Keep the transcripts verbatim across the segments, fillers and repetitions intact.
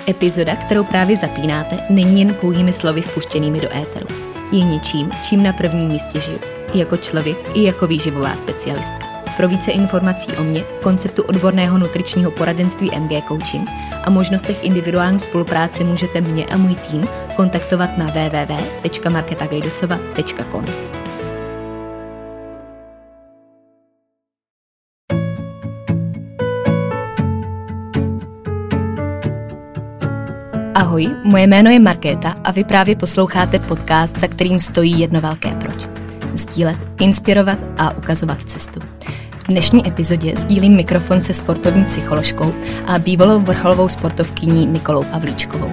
Epizoda, kterou právě zapínáte, není jen pouhými slovy vpuštěnými do éteru. Je něčím, čím na prvním místě žiju. I jako člověk, i jako výživová specialistka. Pro více informací o mně, konceptu odborného nutričního poradenství M G Coaching a možnostech individuální spolupráce můžete mě a můj tým kontaktovat na w w w tečka markéta gajdosova tečka com. Ahoj, moje jméno je Markéta a vy právě posloucháte podcast, za kterým stojí jedno velké proč. Sdílet, inspirovat a ukazovat cestu. V dnešní epizodě sdílím mikrofon se sportovní psycholožkou a bývalou vrcholovou sportovkyní Nikolou Pavlíčkovou.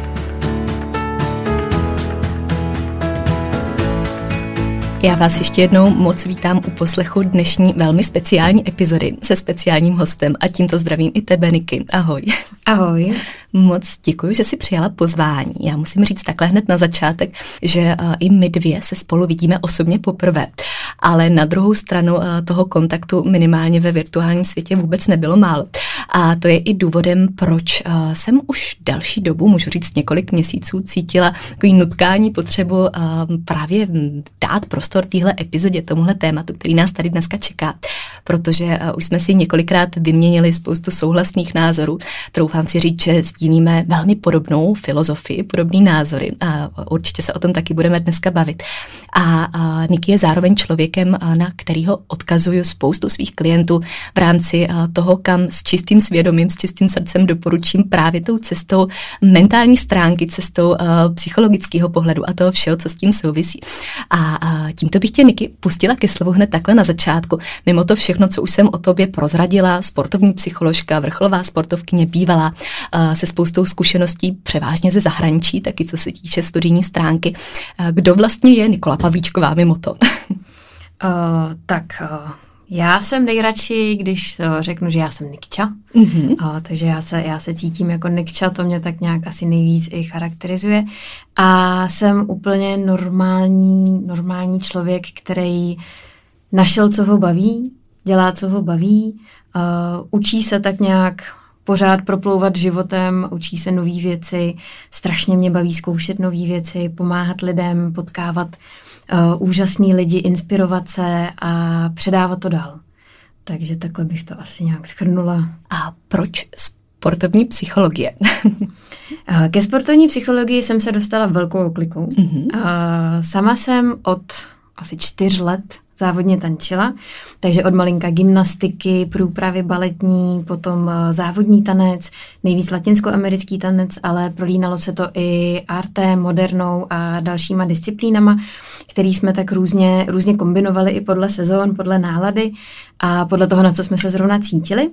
Já vás ještě jednou moc vítám u poslechu dnešní velmi speciální epizody se speciálním hostem a tímto zdravím i tebe, Niky. Ahoj. Ahoj. Moc děkuji, že jsi přijala pozvání. Já musím říct takhle hned na začátek, že uh, i my dvě se spolu vidíme osobně poprvé, ale na druhou stranu uh, toho kontaktu minimálně ve virtuálním světě vůbec nebylo málo. A to je i důvodem, proč uh, jsem už další dobu, můžu říct několik měsíců, cítila takový nutkání potřebu uh, právě dát prostor téhle epizodě, tomuhle tématu, který nás tady dneska čeká, protože uh, už jsme si několikrát vyměnili spoustu souhlasných názorů. Troufám si říct, že sdílíme velmi podobnou filozofii, podobný názory a určitě se o tom taky budeme dneska bavit. A, a Niky je zároveň člověkem, na kterýho odkazuju spoustu svých klientů v rámci toho, kam s čistým svědomím, s čistým srdcem doporučím právě tou cestou mentální stránky, cestou uh, psychologického pohledu a toho všeho, co s tím souvisí. A, a tímto bych tě, Niky, pustila ke slovu hned takhle na začátku. Mimo to všechno, co už jsem o tobě prozradila, sportovní psycholožka, vrcholová sportovkyně, bývalá, uh, se spoustou zkušeností převážně ze zahraničí, taky co se týče studijní stránky. Uh, kdo vlastně je Nikola Pavlíčková mimo to? uh, tak... Uh... Já jsem nejradši, když řeknu, že já jsem Nikča, mm-hmm. a, takže já se, já se cítím jako Nikča, to mě tak nějak asi nejvíc i charakterizuje. A jsem úplně normální, normální člověk, který našel, co ho baví, dělá, co ho baví, uh, učí se tak nějak pořád proplouvat životem, učí se nový věci, strašně mě baví zkoušet nový věci, pomáhat lidem, potkávat Uh, úžasný lidi, inspirovat se a předávat to dál. Takže takhle bych to asi nějak shrnula. A proč sportovní psychologie? uh, ke sportovní psychologii jsem se dostala velkou klikou. Mm-hmm. Uh, sama jsem od asi čtyř let závodně tančila, takže od malinka gymnastiky, průpravy baletní, potom závodní tanec, nejvíc latinskoamerický tanec, ale prolínalo se to i artem, modernou a dalšíma disciplínama, který jsme tak různě, různě kombinovali i podle sezón, podle nálady a podle toho, na co jsme se zrovna cítili.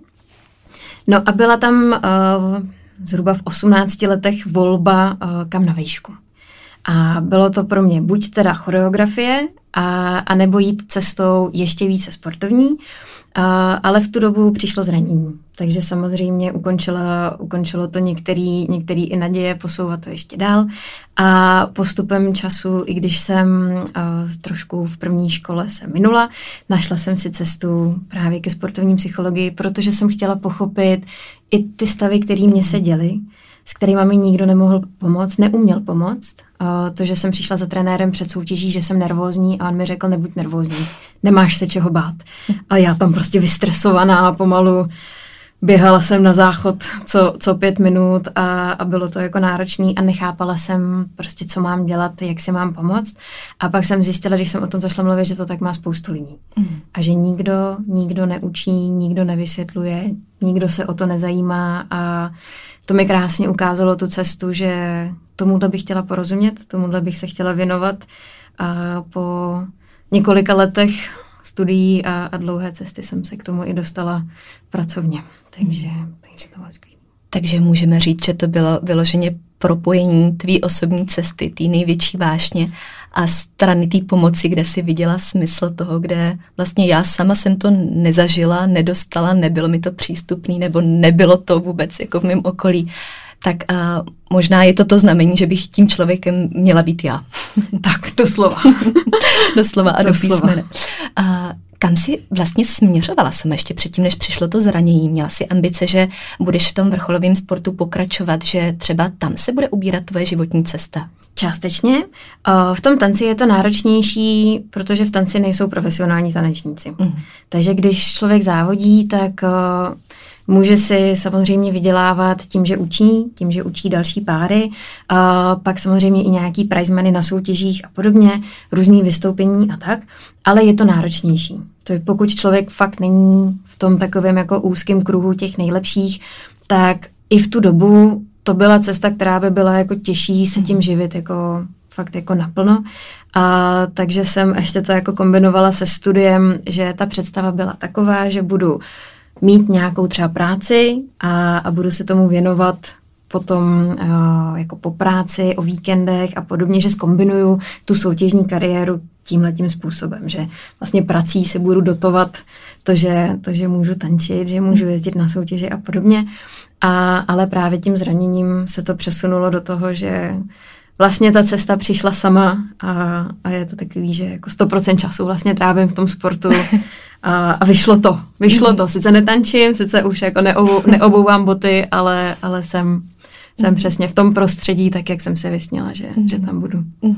No a byla tam uh, zhruba v osmnácti letech volba, uh, kam na výšku. A bylo to pro mě buď teda choreografie, a, a nebo jít cestou ještě více sportovní, a, ale v tu dobu přišlo zranění. Takže samozřejmě ukončilo, ukončilo to některý, některý i naděje posouvat to ještě dál. A postupem času, i když jsem a, trošku v první škole se minula, našla jsem si cestu právě ke sportovní psychologii, protože jsem chtěla pochopit i ty stavy, které mě se děly, s kterýma mi nikdo nemohl pomoct, neuměl pomoct. Uh, to, že jsem přišla za trenérem před soutěží, že jsem nervózní a on mi řekl, nebuď nervózní, nemáš se čeho bát. A já tam prostě vystresovaná pomalu běhala jsem na záchod co, co pět minut a, a bylo to jako náročný a nechápala jsem prostě, co mám dělat, jak si mám pomoct. A pak jsem zjistila, když jsem o tom zašla mluvit, že to tak má spoustu lidí. Mm. A že nikdo, nikdo neučí, nikdo nevysvětluje, nikdo se o to nezajímá a to mi krásně ukázalo tu cestu, že tomuhle bych chtěla porozumět, tomuhle bych se chtěla věnovat a po několika letech studií a, a dlouhé cesty jsem se k tomu i dostala pracovně. Takže, takže to bylo skvělé. Takže můžeme říct, že to bylo vyloženě propojení tvý osobní cesty, tý největší vášně a strany té pomoci, kde si viděla smysl toho, kde vlastně já sama jsem to nezažila, nedostala, nebylo mi to přístupný, nebo nebylo to vůbec jako v mém okolí. Tak a možná je to to znamení, že bych tím člověkem měla být já. Tak, doslova. doslova a do písmene. A Kam jsi vlastně směřovala sama ještě předtím, než přišlo to zranění? Měla jsi ambice, že budeš v tom vrcholovém sportu pokračovat, že třeba tam se bude ubírat tvoje životní cesta? Částečně. V tom tanci je to náročnější, protože v tanci nejsou profesionální tanečníci. Mm. Takže když člověk závodí, tak může si samozřejmě vydělávat tím, že učí, tím, že učí další páry, a pak samozřejmě i nějaký prize money na soutěžích a podobně, různý vystoupení a tak, ale je to náročnější. To je, pokud člověk fakt není v tom takovém jako úzkém kruhu těch nejlepších, tak i v tu dobu to byla cesta, která by byla jako těžší se tím živit jako fakt jako naplno. A takže jsem ještě to jako kombinovala se studiem, že ta představa byla taková, že budu mít nějakou třeba práci a, a budu se tomu věnovat potom uh, jako po práci, o víkendech a podobně, že zkombinuju tu soutěžní kariéru tímhletím způsobem, že vlastně prací si budu dotovat to, že, to, že můžu tančit, že můžu jezdit na soutěže a podobně. A, ale právě tím zraněním se to přesunulo do toho, že vlastně ta cesta přišla sama a, a je to takový, že jako sto procent času vlastně trávím v tom sportu a, a vyšlo to. Vyšlo to. Sice netančím, sice už jako neobou, neobouvám boty, ale, ale jsem, jsem přesně v tom prostředí, tak jak jsem se vysnila, že, že tam budu. Uh,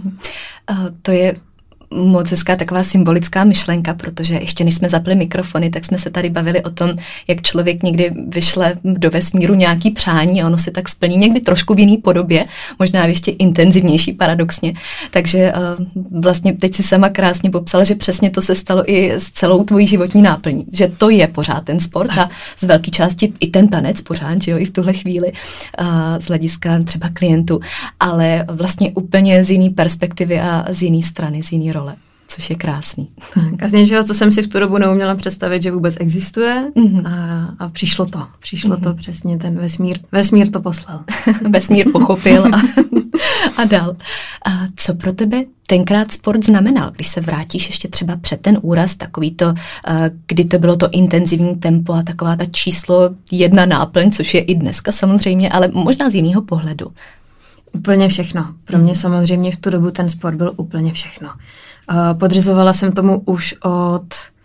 to je moc hezká taková symbolická myšlenka, protože ještě než jsme zapli mikrofony, tak jsme se tady bavili o tom, jak člověk někdy vyšle do vesmíru nějaký přání a ono se tak splní někdy trošku v jiný podobě, možná ještě intenzivnější paradoxně. Takže uh, vlastně teď si sama krásně popsala, že přesně to se stalo i s celou tvojí životní náplní, že to je pořád ten sport a z velké části i ten tanec pořád, že jo, i v tuhle chvíli uh, z hlediska třeba klientů, ale vlastně úplně z jiný perspektivy a z jiný strany, z jiný role. Což je krásný. Tak a z něčeho, co jsem si v tu dobu neuměla představit, že vůbec existuje mm-hmm. a, a přišlo to. Přišlo mm-hmm. to přesně, ten vesmír, vesmír to poslal. Vesmír pochopil a, a dal. A co pro tebe tenkrát sport znamenal, když se vrátíš ještě třeba před ten úraz, takový to, kdy to bylo to intenzivní tempo a taková ta číslo jedna náplň, což je i dneska samozřejmě, ale možná z jiného pohledu. Úplně všechno. Pro mě samozřejmě v tu dobu ten sport byl úplně všechno. Podřizovala jsem tomu už od,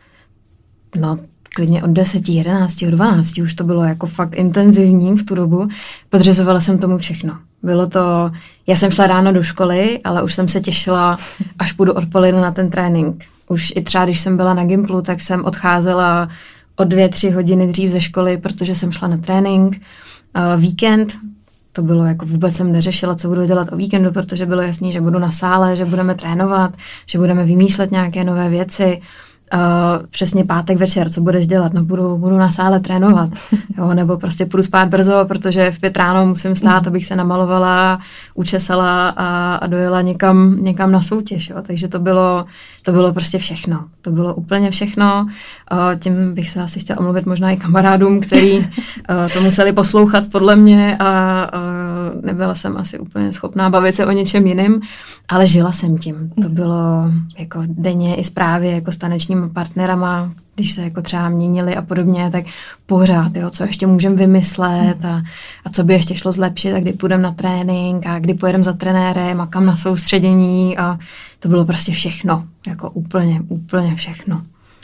no klidně od deseti, jedenácti, od dvanácti, už to bylo jako fakt intenzivní v tu dobu. Podřizovala jsem tomu všechno. Bylo to, já jsem šla ráno do školy, ale už jsem se těšila, až půjdu odpoledne na ten trénink. Už i třeba, když jsem byla na Gimplu, tak jsem odcházela o dvě, tři hodiny dřív ze školy, protože jsem šla na trénink. Víkend, to bylo jako vůbec jsem neřešila, co budu dělat o víkendu, protože bylo jasný, že budu na sále, že budeme trénovat, že budeme vymýšlet nějaké nové věci. Uh, přesně pátek večer, co budeš dělat? No budu, budu na sále trénovat, jo, nebo prostě půjdu spát brzo, protože v pět ráno musím stát, abych se namalovala, učesala a, a dojela někam, někam na soutěž, jo. Takže to bylo, to bylo prostě všechno. To bylo úplně všechno. Uh, tím bych se asi chtěla omluvit možná i kamarádům, který uh, to museli poslouchat podle mě a uh, nebyla jsem asi úplně schopná bavit se o něčem jiným, ale žila jsem tím. To bylo jako denně i zprávy jako s tanečními partnerama, když se jako třeba měnili a podobně, tak pořád, jo, co ještě můžeme vymyslet a, a co by ještě šlo zlepšit a kdy půjdeme na trénink a kdy pojedeme za trenérem a kam na soustředění a to bylo prostě všechno, jako úplně, úplně všechno.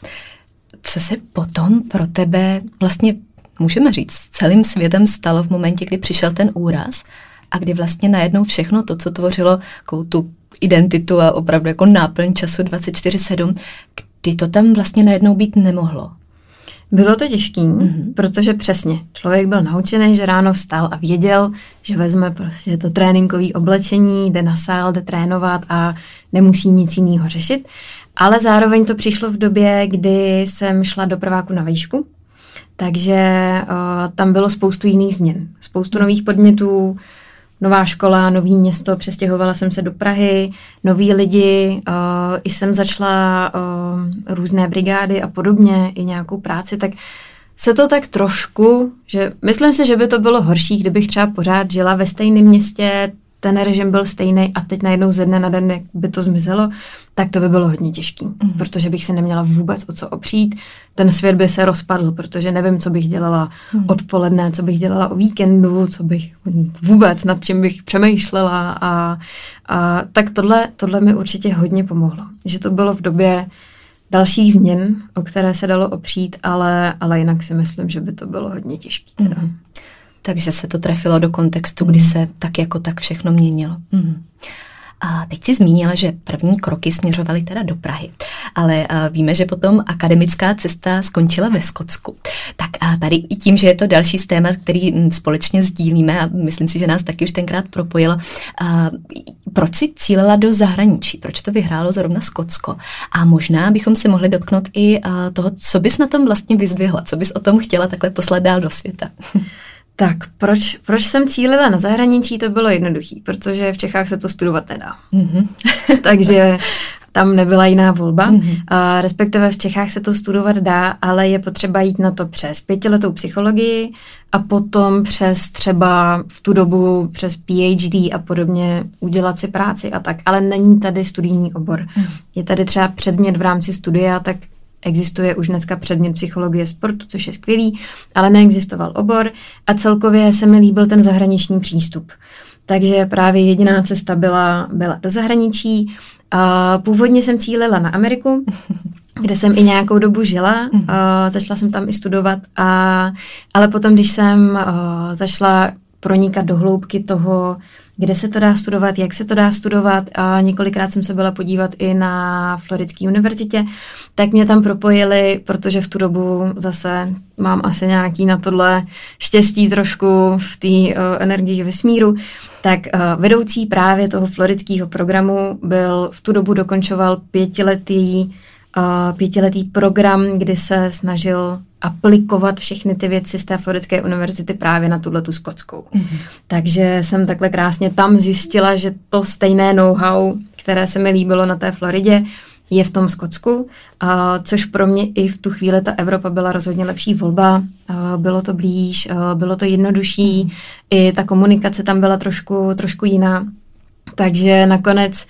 Co se potom pro tebe vlastně, můžeme říct, s celým světem stalo v momentě, kdy přišel ten úraz a kdy vlastně najednou všechno to, co tvořilo tu identitu a opravdu jako náplň času dvacet čtyři sedm, kdy to tam vlastně najednou být nemohlo? Bylo to těžký, mm-hmm. protože přesně člověk byl naučený, že ráno vstal a věděl, že vezme prostě to tréninkové oblečení, jde na sál, jde trénovat a nemusí nic jiného řešit. Ale zároveň to přišlo v době, kdy jsem šla do prváku na výšku, takže uh, tam bylo spoustu jiných změn, spoustu nových podnětů, nová škola, nový město, přestěhovala jsem se do Prahy, noví lidi, uh, i jsem začala uh, různé brigády a podobně, i nějakou práci, tak se to tak trošku, že myslím si, že by to bylo horší, kdybych třeba pořád žila ve stejném městě, ten režim byl stejný a teď najednou ze dne na den, jak by to zmizelo, tak to by bylo hodně těžký, mm. protože bych se neměla vůbec o co opřít. Ten svět by se rozpadl, protože nevím, co bych dělala mm. odpoledne, co bych dělala o víkendu, co bych vůbec, nad čím bych přemýšlela. A, a tak tohle, tohle mi určitě hodně pomohlo. Že to bylo v době, dalších změn, o které se dalo opřít, ale, ale jinak si myslím, že by to bylo hodně těžké. Teda. Mm. Takže se to trefilo do kontextu, kdy se tak jako tak všechno měnilo. Mm. A teď si zmínila, že první kroky směřovaly teda do Prahy, ale víme, že potom akademická cesta skončila ve Skotsku. Tak a tady i tím, že je to další z témat, který společně sdílíme a myslím si, že nás taky už tenkrát propojilo. A proč si cílila do zahraničí? Proč to vyhrálo zrovna Skotsko? A možná bychom se mohli dotknout i toho, co bys na tom vlastně vyzdvihla, co bys o tom chtěla takhle poslat dál do světa. Tak, proč, proč jsem cílila na zahraničí, to bylo jednoduchý, protože v Čechách se to studovat nedá. Mm-hmm. Takže tam nebyla jiná volba. Mm-hmm. A respektive v Čechách se to studovat dá, ale je potřeba jít na to přes pětiletou psychologii a potom přes třeba v tu dobu přes PhD a podobně udělat si práci a tak. Ale není tady studijní obor. Mm-hmm. Je tady třeba předmět v rámci studia, tak existuje už dneska předmět psychologie sportu, což je skvělý, ale neexistoval obor a celkově se mi líbil ten zahraniční přístup. Takže právě jediná cesta byla, byla do zahraničí. A původně jsem cílila na Ameriku, kde jsem i nějakou dobu žila, a začala jsem tam i studovat, a, ale potom, když jsem a, zašla pronikat do hloubky toho, kde se to dá studovat, jak se to dá studovat a několikrát jsem se byla podívat i na Floridské univerzitě, tak mě tam propojili, protože v tu dobu zase mám asi nějaký na tohle štěstí trošku v té uh, energii vesmíru, tak uh, vedoucí právě toho floridského programu byl, v tu dobu dokončoval pětiletý, uh, pětiletý program, kdy se snažil aplikovat všechny ty věci z té Floridské univerzity právě na tuhletu skotskou. Mm-hmm. Takže jsem takhle krásně tam zjistila, že to stejné know-how, které se mi líbilo na té Floridě, je v tom Skotsku, a což pro mě i v tu chvíli ta Evropa byla rozhodně lepší volba. A bylo to blíž, a bylo to jednodušší, mm-hmm. i ta komunikace tam byla trošku, trošku jiná. Takže nakonec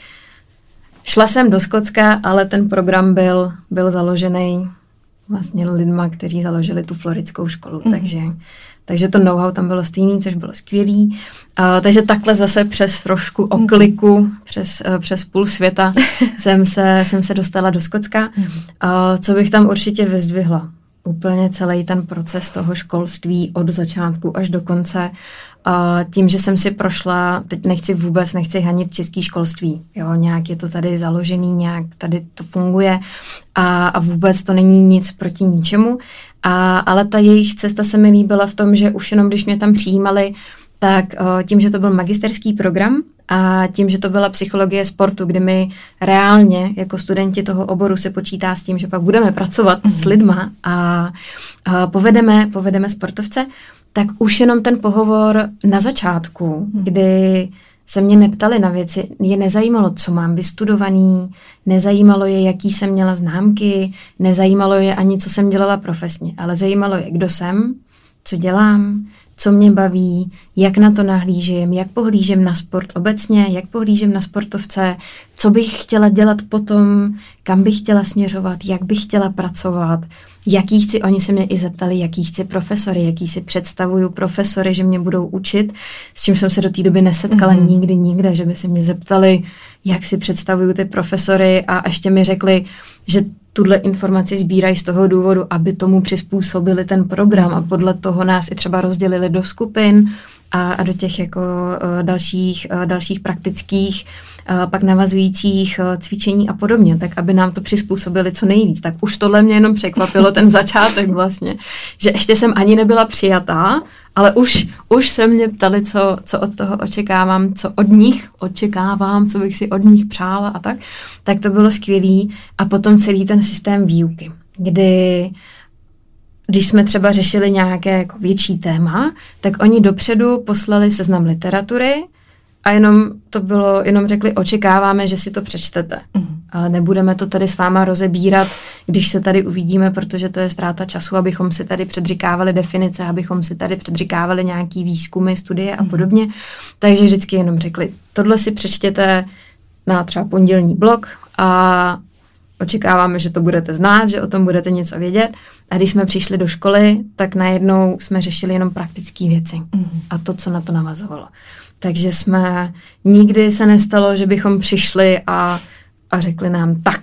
šla jsem do Skotska, ale ten program byl, byl založený vlastně lidma, kteří založili tu floridskou školu, mm. takže, takže to know-how tam bylo stejný, což bylo skvělý. Uh, takže takhle zase přes trošku okliku, mm. přes, uh, přes půl světa jsem se, jsem se dostala do Skotska. Mm. Uh, co bych tam určitě vyzdvihla? Úplně celý ten proces toho školství od začátku až do konce. Uh, tím, že jsem si prošla, teď nechci vůbec, nechci hanit český školství, jo, nějak je to tady založený, nějak tady to funguje a, a vůbec to není nic proti ničemu, a, ale ta jejich cesta se mi líbila v tom, že už jenom když mě tam přijímali, tak uh, tím, že to byl magisterský program a tím, že to byla psychologie sportu, kde my reálně jako studenti toho oboru se počítá s tím, že pak budeme pracovat mm. s lidma a, a povedeme, povedeme sportovce, tak už jenom ten pohovor na začátku, kdy se mě neptali na věci, je nezajímalo, co mám vystudovaný, nezajímalo je, jaký jsem měla známky, nezajímalo je ani, co jsem dělala profesně, ale zajímalo je, kdo jsem, co dělám, co mě baví, jak na to nahlížím, jak pohlížím na sport obecně, jak pohlížím na sportovce, co bych chtěla dělat potom, kam bych chtěla směřovat, jak bych chtěla pracovat, jaký chci, oni se mě i zeptali, jaký chci profesory, jaký si představuju profesory, že mě budou učit, s čím jsem se do té doby nesetkala mm-hmm. nikdy, nikde, že by se mě zeptali, jak si představuju ty profesory a ještě mi řekli, že tuhle informaci sbírají z toho důvodu, aby tomu přizpůsobili ten program a podle toho nás i třeba rozdělili do skupin a, a do těch jako uh, dalších, uh, dalších praktických uh, pak navazujících uh, cvičení a podobně, tak aby nám to přizpůsobili co nejvíc. Tak už tohle mě jenom překvapilo, ten začátek vlastně, že ještě jsem ani nebyla přijatá, ale už, už se mě ptali, co, co od toho očekávám, co od nich očekávám, co bych si od nich přála a tak. Tak to bylo skvělý. A potom celý ten systém výuky, kdy když jsme třeba řešili nějaké jako větší téma, tak oni dopředu poslali seznam literatury a jenom to bylo, jenom řekli, očekáváme, že si to přečtete. Mm. Ale nebudeme to tady s váma rozebírat, když se tady uvidíme, protože to je ztráta času, abychom si tady předříkávali definice, abychom si tady předříkávali nějaký výzkumy, studie a podobně. Mm. Takže vždycky jenom řekli, tohle si přečtěte na třeba pondělní blok a očekáváme, že to budete znát, že o tom budete něco vědět. A když jsme přišli do školy, tak najednou jsme řešili jenom praktické věci mm. a to, co na to navazovalo. Takže jsme, nikdy se nestalo, že bychom přišli a, a řekli nám, tak,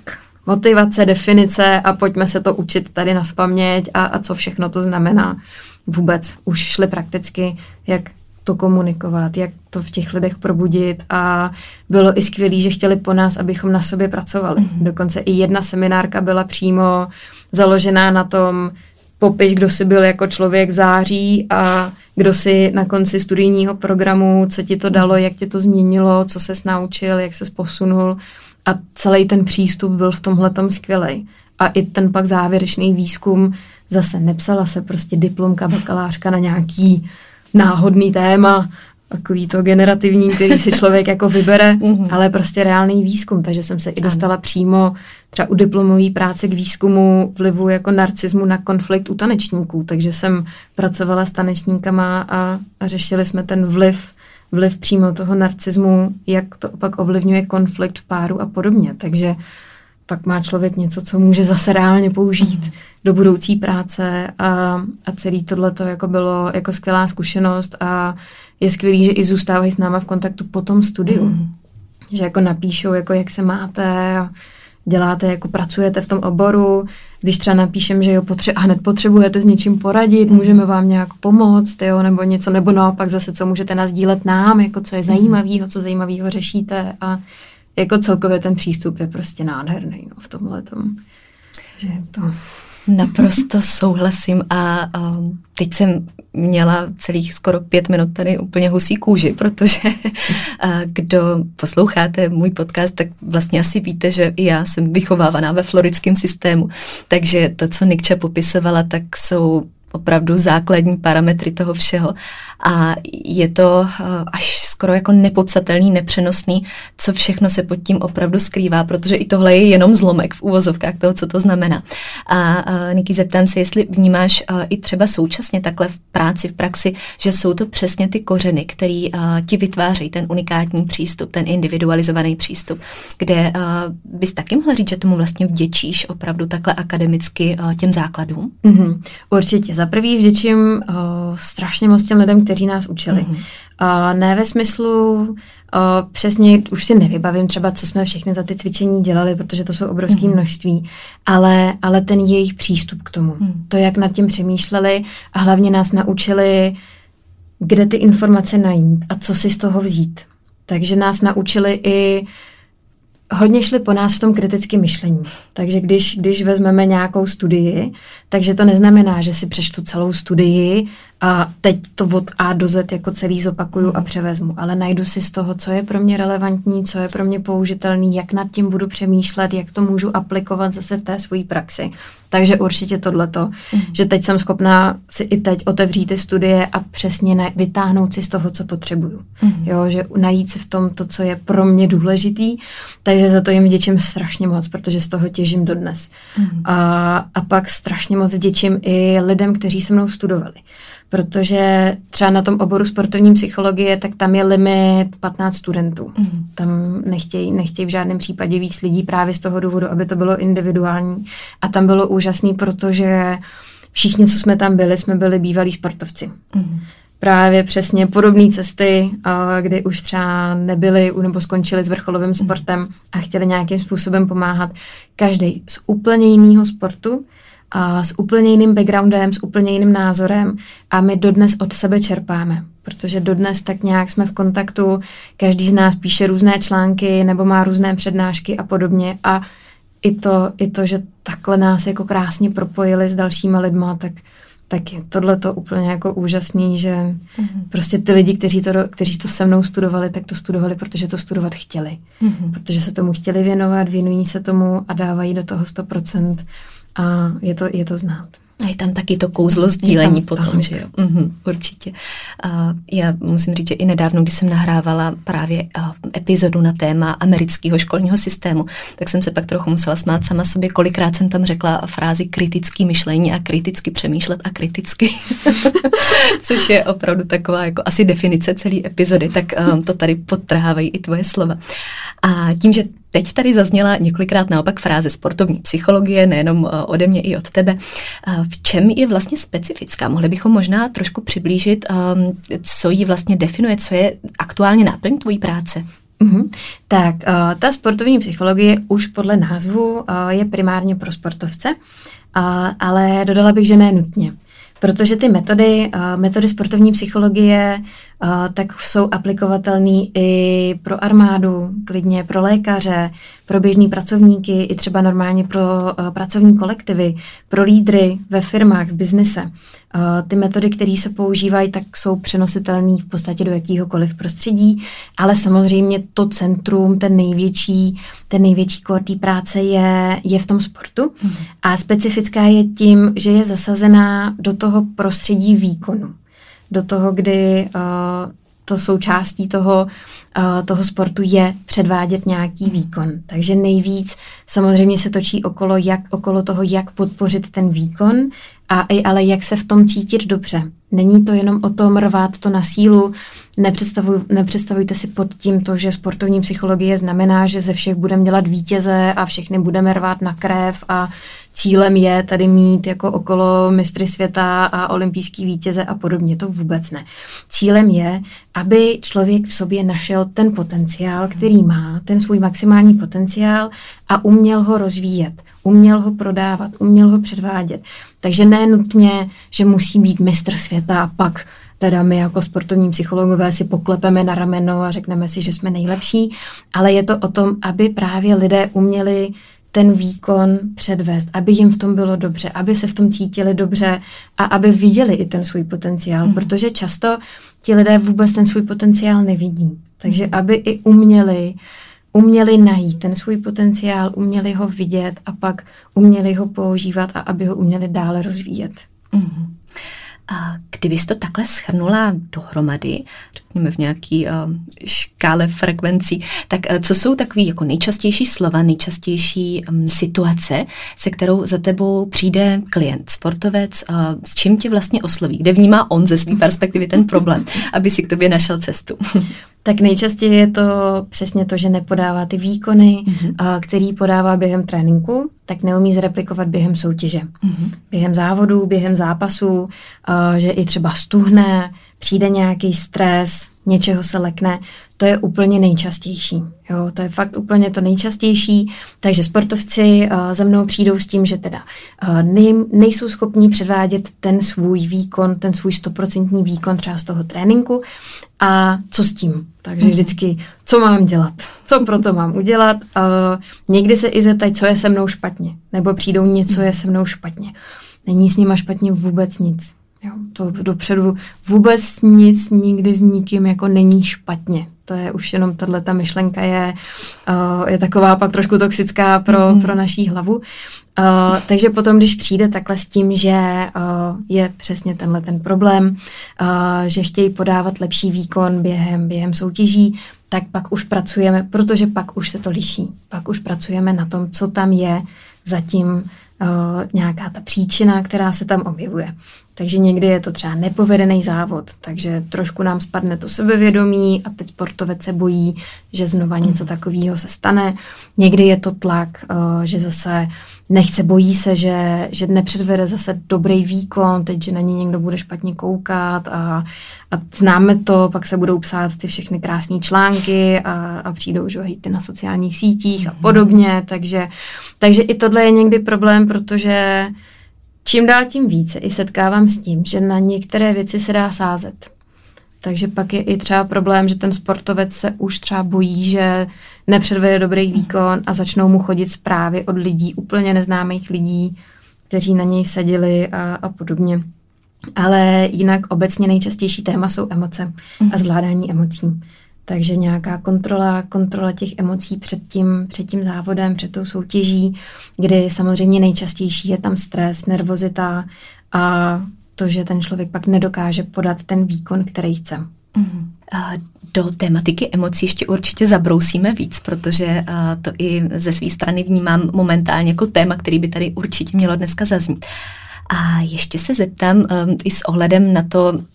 motivace, definice a pojďme se to učit tady nazpaměť a, a co všechno to znamená. Vůbec už šli prakticky, jak to komunikovat, jak to v těch lidech probudit a bylo i skvělý, že chtěli po nás, abychom na sobě pracovali. Mm-hmm. Dokonce i jedna seminárka byla přímo založená na tom, popiš, kdo jsi byl jako člověk v září a kdo jsi na konci studijního programu, co ti to dalo, jak tě to změnilo, co ses naučil, jak ses posunul a celý ten přístup byl v tomhletom skvělej. A i ten pak závěrečný výzkum, zase nepsala se prostě diplomka, bakalářka na nějaký náhodný téma, takový to generativní, který si člověk jako vybere, mm-hmm. ale prostě reálný výzkum, takže jsem se i dostala ano. přímo třeba u diplomové práce k výzkumu vlivu jako narcismu na konflikt u tanečníků, takže jsem pracovala s tanečníkama a, a řešili jsme ten vliv, vliv přímo toho narcismu, jak to pak ovlivňuje konflikt v páru a podobně, takže pak má člověk něco, co může zase reálně použít mm. do budoucí práce a, a celý tohleto jako bylo jako skvělá zkušenost a je skvělý, že i zůstávají s náma v kontaktu po tom studiu. Mm. Že jako napíšou, jako jak se máte a děláte, jako pracujete v tom oboru. Když třeba napíšem, že jo, potře- a hned potřebujete s něčím poradit, mm. můžeme vám nějak pomoct, jo, nebo něco, nebo naopak zase, co můžete nasdílet nám, jako co je zajímavého, co zajímavého řešíte a jako celkově ten přístup je prostě nádherný no, v tomhletom. Že to... Naprosto souhlasím a, a teď jsem měla celých skoro pět minut tady úplně husí kůži, protože a, kdo posloucháte můj podcast, tak vlastně asi víte, že i já jsem vychovávaná ve floridském systému, takže to, co Nikča popisovala, tak jsou opravdu základní parametry toho všeho a je to až skoro jako nepopsatelný, nepřenosný, co všechno se pod tím opravdu skrývá, protože i tohle je jenom zlomek v uvozovkách toho, co to znamená. A, a Niky, zeptám se, jestli vnímáš a, i třeba současně takhle v práci, v praxi, že jsou to přesně ty kořeny, který a, ti vytvářejí ten unikátní přístup, ten individualizovaný přístup, kde a, bys taky mohla říct, že tomu vlastně vděčíš opravdu takhle akademicky a, těm základům? Mm-hmm. Určitě. Za prvý vděčím uh, strašně moc těm lidem, kteří nás učili. Mm-hmm. Uh, ne ve smyslu, uh, přesně už si nevybavím třeba, co jsme všechny za ty cvičení dělali, protože to jsou obrovské mm-hmm. množství, ale, ale ten jejich přístup k tomu. Mm. To, jak nad tím přemýšleli a hlavně nás naučili, kde ty informace najít a co si z toho vzít. Takže nás naučili i hodně šli po nás v tom kritickém myšlení. Takže když, když vezmeme nějakou studii, takže to neznamená, že si přečtu celou studii a teď to od A do Z jako celý zopakuju a převezmu, ale najdu si z toho, co je pro mě relevantní, co je pro mě použitelný, jak nad tím budu přemýšlet, jak to můžu aplikovat zase v té svojí praxi. Takže určitě tohleto, mm. že teď jsem schopná si i teď otevřít ty studie a přesně na, vytáhnout si z toho, co potřebuju. Mm. Jo, že najít si v tom to, co je pro mě důležitý, takže za to jim vděčím strašně moc, protože z toho těžím dodnes. Mm. A, a pak strašně moc vděčím i lidem, kteří se mnou studovali. Protože třeba na tom oboru sportovní psychologie, tak tam je limit patnáct studentů. Mm. Tam nechtějí, nechtějí v žádném případě víc lidí právě z toho důvodu, aby to bylo individuální. A tam bylo úžasný, protože všichni, co jsme tam byli, jsme byli bývalí sportovci. Mm. Právě přesně podobné cesty, kdy už třeba nebyli nebo skončili s vrcholovým sportem a chtěli nějakým způsobem pomáhat. Každý z úplně jiného sportu, a s úplně jiným backgroundem, s úplně jiným názorem a my dodnes od sebe čerpáme, protože dodnes tak nějak jsme v kontaktu, každý z nás píše různé články nebo má různé přednášky a podobně a i to, i to, že takhle nás jako krásně propojili s dalšíma lidma, tak, tak je tohleto úplně jako úžasný, že mm-hmm. prostě ty lidi, kteří to, kteří to se mnou studovali, tak to studovali, protože to studovat chtěli. Mm-hmm. Protože se tomu chtěli věnovat, věnují se tomu a dávají do toho sto procent. A je to, je to znát. A je tam taky to kouzlo sdílení potom, tak. Že jo? Mhm, určitě. A já musím říct, že i nedávno, když jsem nahrávala právě epizodu na téma amerického školního systému, tak jsem se pak trochu musela smát sama sobě, kolikrát jsem tam řekla frázi kritický myšlení a kriticky přemýšlet a kriticky. Což je opravdu taková jako asi definice celé epizody, tak um, to tady podtrhávají i tvoje slova. A tím, že teď tady zazněla několikrát naopak fráze sportovní psychologie, nejenom ode mě i od tebe. V čem je vlastně specifická? Mohli bychom možná trošku přiblížit, co ji vlastně definuje, co je aktuálně náplň tvojí práce? Uhum. Tak uh, ta sportovní psychologie už podle názvu uh, je primárně pro sportovce, uh, ale dodala bych, že ne nutně. Protože ty metody, uh, metody sportovní psychologie uh, tak jsou aplikovatelné i pro armádu, klidně pro lékaře, pro běžný pracovníky, i třeba normálně pro uh, pracovní kolektivy, pro lídry ve firmách, v biznise. Uh, ty metody, které se používají, tak jsou přenositelné v podstatě do jakýhokoliv prostředí, ale samozřejmě to centrum, ten největší, ten největší kor té práce je, je v tom sportu hmm. a specifická je tím, že je zasazená do toho prostředí výkonu, do toho, kdy uh, to součástí toho, uh, toho sportu je předvádět nějaký výkon. Takže nejvíc samozřejmě se točí okolo, jak, okolo toho, jak podpořit ten výkon, a i ale jak se v tom cítit dobře. Není to jenom o tom rvát to na sílu, nepředstavuj, nepředstavujte si pod tím to, že sportovní psychologie znamená, že ze všech budeme dělat vítěze a všechny budeme rvát na krev a cílem je tady mít jako okolo mistry světa a olympijský vítěze a podobně. To vůbec ne. Cílem je, aby člověk v sobě našel ten potenciál, který má, ten svůj maximální potenciál a uměl ho rozvíjet, uměl ho prodávat, uměl ho předvádět. Takže ne nutně, že musí být mistr světa a pak teda my jako sportovní psychologové si poklepeme na rameno a řekneme si, že jsme nejlepší, ale je to o tom, aby právě lidé uměli ten výkon předvést, aby jim v tom bylo dobře, aby se v tom cítili dobře a aby viděli i ten svůj potenciál, mm. protože často ti lidé vůbec ten svůj potenciál nevidí. Takže mm. aby i uměli, uměli najít ten svůj potenciál, uměli ho vidět a pak uměli ho používat a aby ho uměli dále rozvíjet. Mm. A kdybys to takhle shrnula dohromady, řekněme v nějaký uh, škále frekvencí, tak uh, co jsou takový jako nejčastější slova, nejčastější um, situace, se kterou za tebou přijde klient, sportovec, uh, s čím tě vlastně osloví, kde vnímá on ze své perspektivy ten problém, aby si k tobě našel cestu? Tak nejčastěji je to přesně to, že nepodává ty výkony, mm-hmm. který podává během tréninku, tak neumí zreplikovat během soutěže. Mm-hmm. Během závodů, během zápasů, že i třeba stuhne, přijde nějaký stres, něčeho se lekne, to je úplně nejčastější. Jo, to je fakt úplně to nejčastější, takže sportovci uh, za mnou přijdou s tím, že teda uh, nej, nejsou schopní předvádět ten svůj výkon, ten svůj stoprocentní výkon třeba z toho tréninku a co s tím. Takže vždycky, co mám dělat, co pro to mám udělat. Uh, někdy se i zeptají, co je se mnou špatně, nebo přijdou něco je se mnou špatně. Není s nima špatně vůbec nic. Jo, to dopředu vůbec nic nikdy s nikým jako není špatně. To je už jenom tato myšlenka je, uh, je taková pak trošku toxická pro, mm. pro naší hlavu. Uh, takže potom, když přijde takhle s tím, že uh, je přesně tenhle ten problém, uh, že chtějí podávat lepší výkon během, během soutěží, tak pak už pracujeme, protože pak už se to liší. Pak už pracujeme na tom, co tam je zatím Uh, nějaká ta příčina, která se tam objevuje. Takže někdy je to třeba nepovedený závod, takže trošku nám spadne to sebevědomí a teď sportovec se bojí, že znova něco takového se stane. Někdy je to tlak, uh, že zase nechce, bojí se, že, že nepředvede zase dobrý výkon, teď, že na ně někdo bude špatně koukat a, a známe to, pak se budou psát ty všechny krásné články a, a přijdou že hejty na sociálních sítích a podobně, takže, takže i tohle je někdy problém, protože čím dál tím více i setkávám s tím, že na některé věci se dá sázet. Takže pak je i třeba problém, že ten sportovec se už třeba bojí, že nepředvede dobrý výkon a začnou mu chodit zprávy od lidí, úplně neznámých lidí, kteří na něj sadili a, a podobně. Ale jinak obecně nejčastější téma jsou emoce a zvládání emocí. Takže nějaká kontrola, kontrola těch emocí před tím, před tím závodem, před tou soutěží, kdy samozřejmě nejčastější je tam stres, nervozita a to, že ten člověk pak nedokáže podat ten výkon, který chce. Mm. Do tematiky emocí ještě určitě zabrousíme víc, protože to i ze své strany vnímám momentálně jako téma, který by tady určitě mělo dneska zaznít. A ještě se zeptám i s ohledem na to,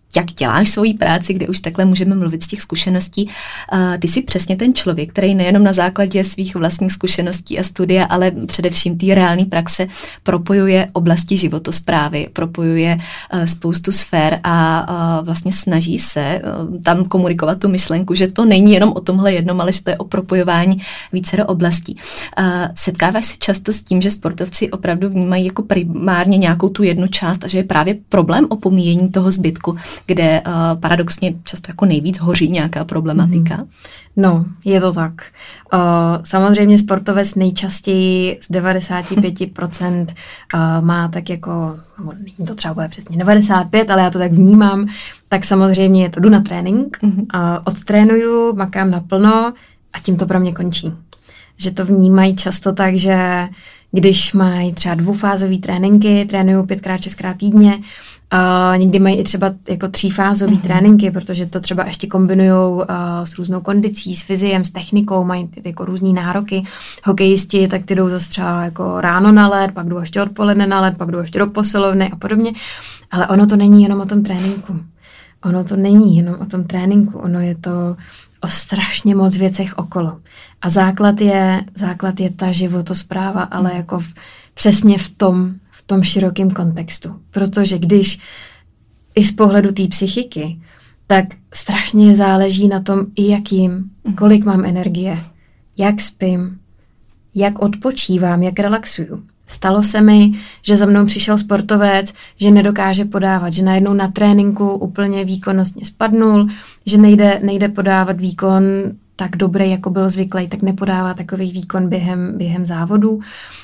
jak děláš svoji práci, kde už takhle můžeme mluvit z těch zkušeností. Ty jsi přesně ten člověk, který nejenom na základě svých vlastních zkušeností a studia, ale především té reálné praxe propojuje oblasti životosprávy, propojuje spoustu sfér a vlastně snaží se tam komunikovat tu myšlenku, že to není jenom o tomhle jednom, ale že to je o propojování vícero oblastí. Setkáváš se často s tím, že sportovci opravdu vnímají jako primárně nějakou tu jednu část a že je právě problém opomíjení toho zbytku, kde uh, paradoxně často jako nejvíc hoří nějaká problematika? No, je to tak. Uh, samozřejmě sportovec nejčastěji z devadesát pět procent uh, má tak jako, no, není to třeba přesně devadesát pět, ale já to tak vnímám, tak samozřejmě to jdu na trénink, mm-hmm. uh, odtrénuju, makám naplno a tím to pro mě končí. Že to vnímají často tak, že když mají třeba dvoufázové tréninky, trénují pětkrát, šestkrát týdně, Uh, někdy mají i třeba jako třífázové uh-huh. tréninky, protože to třeba ještě kombinujou uh, s různou kondicí, s fyziem, s technikou, mají ty, ty jako různý nároky. Hokejisti, tak ty jdou zase třeba jako ráno na led, pak jdou ještě odpoledne na led, pak jdou ještě do posilovny a podobně. Ale ono to není jenom o tom tréninku. Ono to není jenom o tom tréninku, ono je to o strašně moc věcech okolo. A základ je, základ je ta životospráva, ale jako v, přesně v tom, v tom širokém kontextu. Protože když i z pohledu té psychiky, tak strašně záleží na tom, i jakým, kolik mám energie, jak spím, jak odpočívám, jak relaxuju. Stalo se mi, že za mnou přišel sportovec, že nedokáže podávat, že najednou na tréninku úplně výkonnostně spadnul, že nejde, nejde podávat výkon tak dobrý, jako byl zvyklý, tak nepodává takový výkon během, během závodu.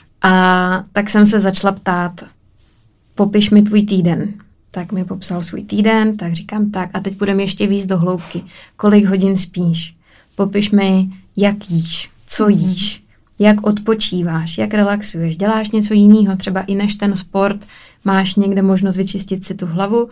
A tak jsem se začala ptát, popiš mi tvůj týden. Tak mi popsal svůj týden, tak říkám tak a teď půjdeme ještě víc do hloubky. Kolik hodin spíš? Popiš mi, jak jíš, co jíš, jak odpočíváš, jak relaxuješ, děláš něco jiného, třeba i než ten sport, máš někde možnost vyčistit si tu hlavu.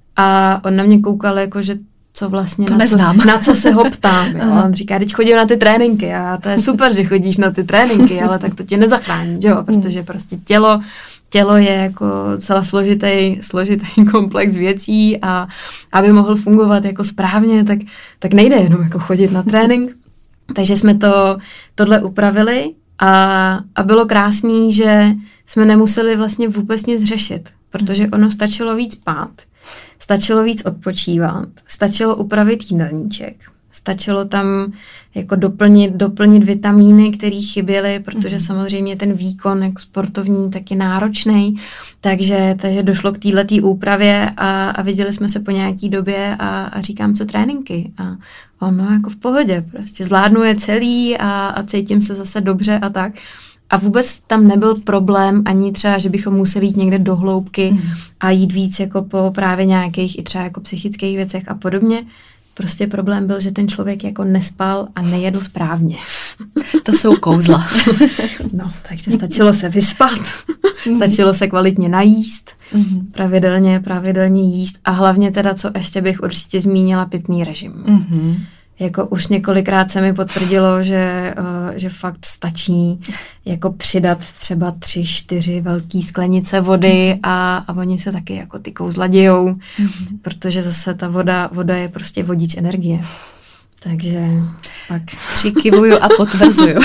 A on na mě koukal jako, že co vlastně, to na, co, na co se ho ptám. Jo? On říká, teď chodím na ty tréninky a to je super, že chodíš na ty tréninky, ale tak to tě nezachrání, jo? Protože prostě tělo, tělo je jako celá složitý, složitý komplex věcí a aby mohl fungovat jako správně, tak, tak nejde jenom jako chodit na trénink. Takže jsme to tohle upravili a, a bylo krásný, že jsme nemuseli vlastně vůbec nic řešit, protože ono stačilo víc spát, stačilo víc odpočívat, stačilo upravit jídelníček, stačilo tam jako doplnit, doplnit vitamíny, které chyběly, protože mm. samozřejmě ten výkon jako sportovní tak je náročný, takže, takže došlo k této úpravě a, a viděli jsme se po nějaký době a, a říkám, co tréninky a ono jako v pohodě, prostě zvládnu je celý a, a cítím se zase dobře a tak. A vůbec tam nebyl problém ani třeba, že bychom museli jít někde do hloubky mm. a jít víc jako po právě nějakých i třeba jako psychických věcech a podobně. Prostě problém byl, že ten člověk jako nespal a nejedl správně. To jsou kouzla. No, takže stačilo se vyspat, stačilo se kvalitně najíst, mm. pravidelně, pravidelně jíst a hlavně teda, co ještě bych určitě zmínila, pitný režim. Mm. Jako už několikrát se mi potvrdilo, že, uh, že fakt stačí jako přidat třeba tři, čtyři velký sklenice vody a, a oni se taky jako ty kouzla dějou, mm-hmm. protože zase ta voda, voda je prostě vodič energie. Takže pak... Přikivuju a potvrzuju.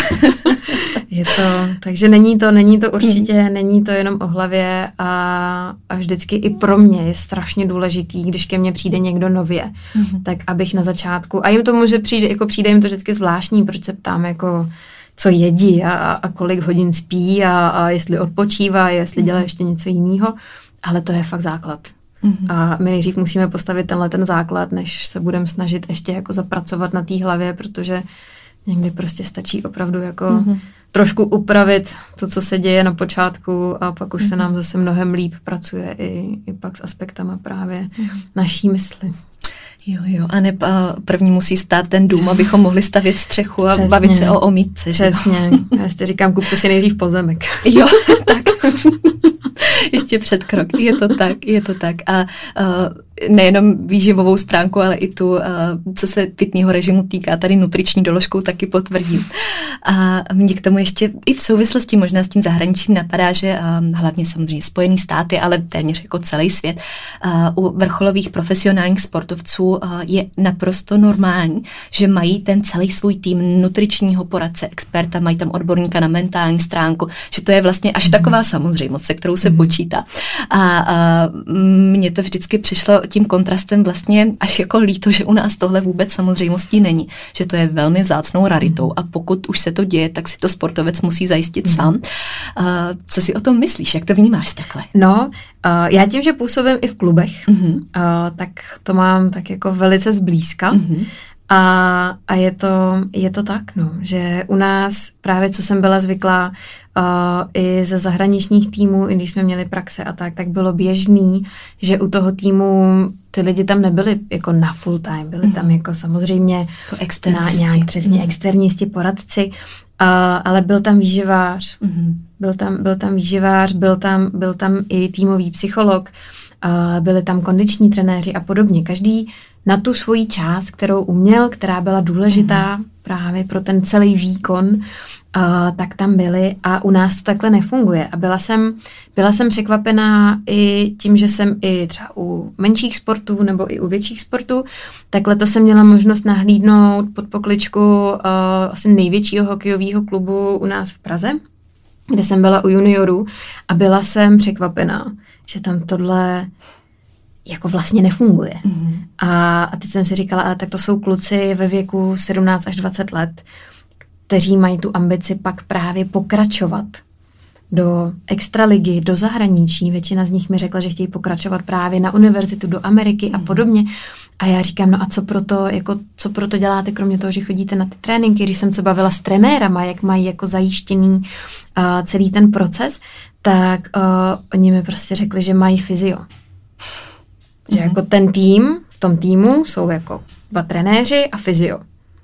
Je to, takže není to, není to určitě, není to jenom o hlavě a, a vždycky i pro mě je strašně důležitý, když ke mně přijde někdo nově, mm-hmm. tak abych na začátku, a jim to může přijde, jako přijde jim to vždycky zvláštní, proč se ptám jako, co jedí a, a kolik hodin spí a, a jestli odpočívá, jestli dělá ještě něco jiného, ale to je fakt základ. Mm-hmm. A my nejdřív musíme postavit tenhle ten základ, než se budeme snažit ještě jako zapracovat na té hlavě, protože někdy prostě stačí opravdu jako mm-hmm. trošku upravit to, co se děje na počátku a pak už mm-hmm. se nám zase mnohem líp pracuje i, i pak s aspektama právě mm-hmm. naší mysli. Jo, jo, a ne první musí stát ten dům, abychom mohli stavět střechu a Přesně. bavit se o omítce. Přesně. Já si říkám, kupte si nejdřív pozemek. Jo, tak. Ještě před krok. Je to tak, je to tak. A uh, nejenom výživovou stránku, ale i tu, co se pitného režimu týká, tady nutriční doložkou taky potvrdím. A mě k tomu ještě i v souvislosti možná s tím zahraničím napadá, že hlavně samozřejmě Spojené státy, ale téměř jako celý svět, u vrcholových profesionálních sportovců je naprosto normální, že mají ten celý svůj tým nutričního poradce, experta, mají tam odborníka na mentální stránku, že to je vlastně až taková samozřejmost, se kterou se počítá. A, a mně to vždycky přišlo tím kontrastem vlastně až jako líto, že u nás tohle vůbec samozřejmostí není, že to je velmi vzácnou raritou a pokud už se to děje, tak si to sportovec musí zajistit mm-hmm. sám. Uh, co si o tom myslíš? Jak to vnímáš takhle? No, uh, já tím, že působím i v klubech, mm-hmm. uh, tak to mám tak jako velice zblízka. Mm-hmm. A, a je, to, je to tak, no, že u nás právě, co jsem byla zvyklá uh, i ze zahraničních týmů, i když jsme měli praxe a tak, tak bylo běžný, že u toho týmu ty lidi tam nebyli jako na full time, byli mm. tam jako samozřejmě jako externisti. Na nějak přesně mm. externisti, poradci, uh, ale byl tam výživář, mm. byl tam, byl tam výživář, byl tam, byl tam i týmový psycholog, uh, byli tam kondiční trenéři a podobně. Každý na tu svoji část, kterou uměl, která byla důležitá mm. právě pro ten celý výkon, uh, tak tam byli a u nás to takhle nefunguje. A byla jsem, byla jsem překvapená i tím, že jsem i třeba u menších sportů nebo i u větších sportů, takhle to jsem měla možnost nahlídnout pod pokličku uh, asi největšího hokejového klubu u nás v Praze, kde jsem byla u juniorů a byla jsem překvapená, že tam tohle jako vlastně nefunguje. Mm. A, a teď jsem si říkala, ale tak to jsou kluci ve věku sedmnáct až dvacet let, kteří mají tu ambici pak právě pokračovat do extraligy, do zahraničí. Většina z nich mi řekla, že chtějí pokračovat právě na univerzitu, do Ameriky mm. a podobně. A já říkám, no a co proto, jako, co proto děláte, kromě toho, že chodíte na ty tréninky, když jsem se bavila s trenérama, jak mají jako zajištěný uh, celý ten proces, tak uh, oni mi prostě řekli, že mají fyzio. Že jako ten tým, v tom týmu jsou jako dva trenéři a fyzio.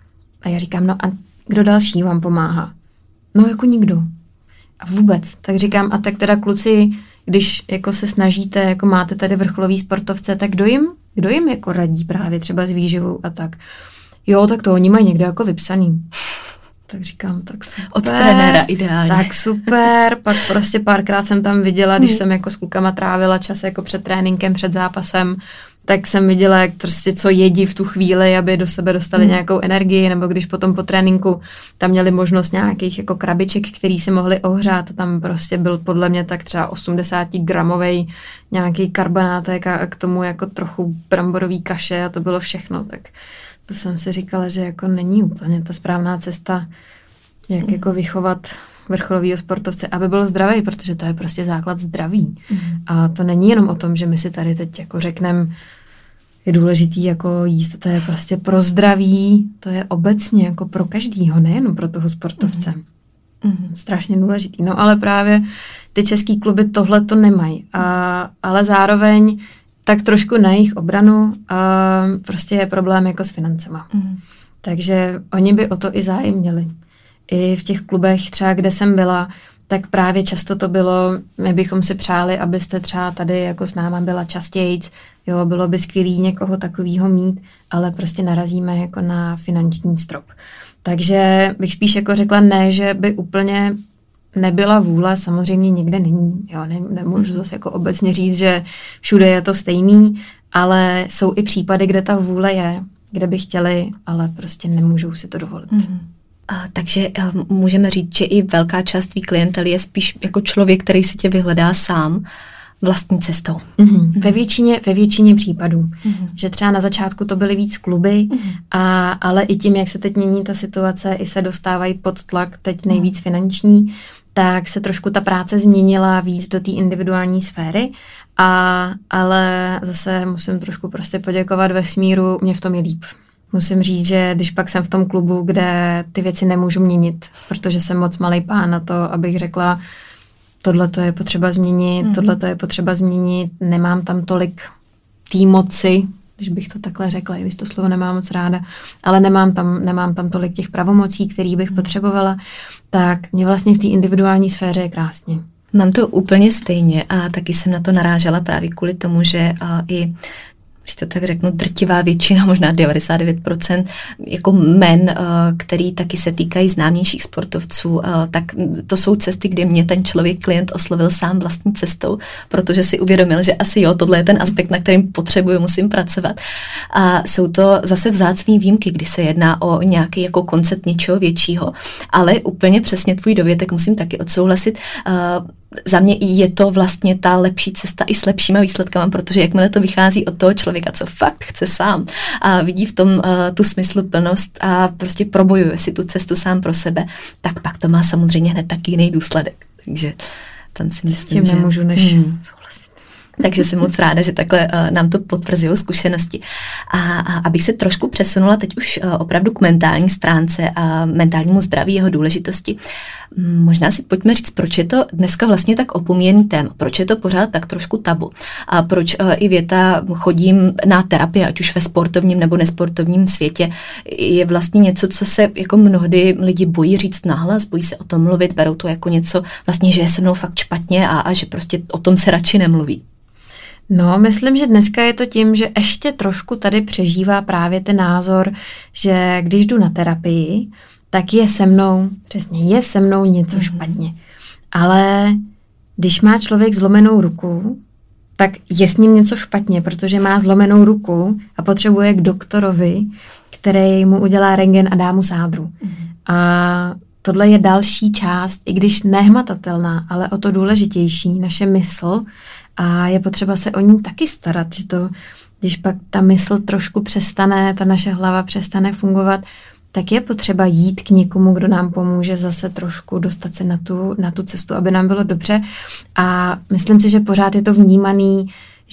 A já říkám, no a kdo další vám pomáhá? No jako nikdo. A vůbec. Tak říkám, a tak teda kluci, když jako se snažíte, jako máte tady vrcholový sportovce, tak kdo jim, kdo jim jako radí právě třeba s výživou a tak? Jo, tak to oni mají někde jako vypsaný. Tak říkám, tak super. Od trenéra ideálně. Tak super, pak prostě párkrát jsem tam viděla, když hmm. jsem jako s klukama trávila čas jako před tréninkem, před zápasem, tak jsem viděla, jak prostě co jedí v tu chvíli, aby do sebe dostali hmm. nějakou energii, nebo když potom po tréninku tam měli možnost nějakých jako krabiček, který si mohli ohřát, tam prostě byl podle mě tak třeba osmdesát gramovej nějaký karbonátek a k tomu jako trochu bramborový kaše a to bylo všechno, tak to jsem si říkala, že jako není úplně ta správná cesta, jak mm. jako vychovat vrcholovýho sportovce, aby byl zdravý, protože to je prostě základ zdraví. Mm. A to není jenom o tom, že my si tady teď jako řekneme, je důležitý jako jíst, to je prostě pro zdraví, to je obecně jako pro každýho, nejenom pro toho sportovce. Mm. Strašně důležitý. No ale právě ty český kluby tohle to nemají. A, ale zároveň tak trošku na jejich obranu a prostě je problém jako s financema. Mm. Takže oni by o to i zájem měli. I v těch klubech třeba, kde jsem byla, tak právě často to bylo, my bychom si přáli, abyste třeba tady jako s náma byla častějc, jo, bylo by skvělý někoho takového mít, ale prostě narazíme jako na finanční strop. Takže bych spíš jako řekla ne, že by úplně nebyla vůle, samozřejmě někde není. Jo, ne, nemůžu zase jako obecně říct, že všude je to stejný, ale jsou i případy, kde ta vůle je, kde by chtěli, ale prostě nemůžou si to dovolit. Mm-hmm. A, takže a, můžeme říct, že i velká část tvý klientely je spíš jako člověk, který si tě vyhledá sám vlastní cestou. Mm-hmm. Ve většině, ve většině případů. Mm-hmm. Že třeba na začátku to byly víc kluby, mm-hmm. a, ale i tím, jak se teď mění ta situace, i se dostávají pod tlak, teď nejvíc mm-hmm. finanční, tak se trošku ta práce změnila víc do té individuální sféry, a, ale zase musím trošku prostě poděkovat vesmíru, mě v tom je líp. Musím říct, že když pak jsem v tom klubu, kde ty věci nemůžu měnit, protože jsem moc malej pán na to, abych řekla, tohle to je potřeba změnit, mm. tohle to je potřeba změnit, nemám tam tolik té moci, když bych to takhle řekla, i když to slovo nemám moc ráda, ale nemám tam, nemám tam tolik těch pravomocí, který bych potřebovala, tak mě vlastně v té individuální sféře je krásně. Mám to úplně stejně a taky jsem na to narážela právě kvůli tomu, že a, i když to tak řeknu, drtivá většina, možná devadesát devět procent jako men, který taky se týkají známějších sportovců, tak to jsou cesty, kde mě ten člověk, klient oslovil sám vlastní cestou, protože si uvědomil, že asi jo, tohle je ten aspekt, na kterým potřebuju, musím pracovat. A jsou to zase vzácné výjimky, kdy se jedná o nějaký jako koncept něčeho většího, ale úplně přesně tvůj dovětek musím taky odsouhlasit. Za mě je to vlastně ta lepší cesta i s lepšíma výsledkama, protože jakmile to vychází od toho člověka, co fakt chce sám a vidí v tom uh, tu smysluplnost a prostě probojuje si tu cestu sám pro sebe, tak pak to má samozřejmě hned taky jiný důsledek. Takže tam si myslím, s tím nemůžu než hmm. souhlasit. Takže jsem moc ráda, že takhle uh, nám to potvrzují zkušenosti. A, a abych se trošku přesunula teď už uh, opravdu k mentální stránce a mentálnímu zdraví, jeho důležitosti. Možná si pojďme říct, proč je to dneska vlastně tak opomíjený téma, proč je to pořád tak trošku tabu a proč uh, i věta chodím na terapii, ať už ve sportovním nebo nesportovním světě, je vlastně něco, co se jako mnohdy lidi bojí říct nahlas, bojí se o tom mluvit, berou to jako něco vlastně, že je se mnou fakt špatně a, a že prostě o tom se radši nemluví. No, myslím, že dneska je to tím, že ještě trošku tady přežívá právě ten názor, že když jdu na terapii, tak je se mnou, přesně, je se mnou něco mm-hmm. špatně. Ale když má člověk zlomenou ruku, tak je s ním něco špatně, protože má zlomenou ruku a potřebuje k doktorovi, který mu udělá rentgen a dá mu sádru. Mm-hmm. A tohle je další část, i když nehmatatelná, ale o to důležitější, naše mysl, a je potřeba se o ní taky starat, že to, když pak ta mysl trošku přestane, ta naše hlava přestane fungovat, tak je potřeba jít k někomu, kdo nám pomůže zase trošku dostat se na tu, na tu cestu, aby nám bylo dobře. A myslím si, že pořád je to vnímaný,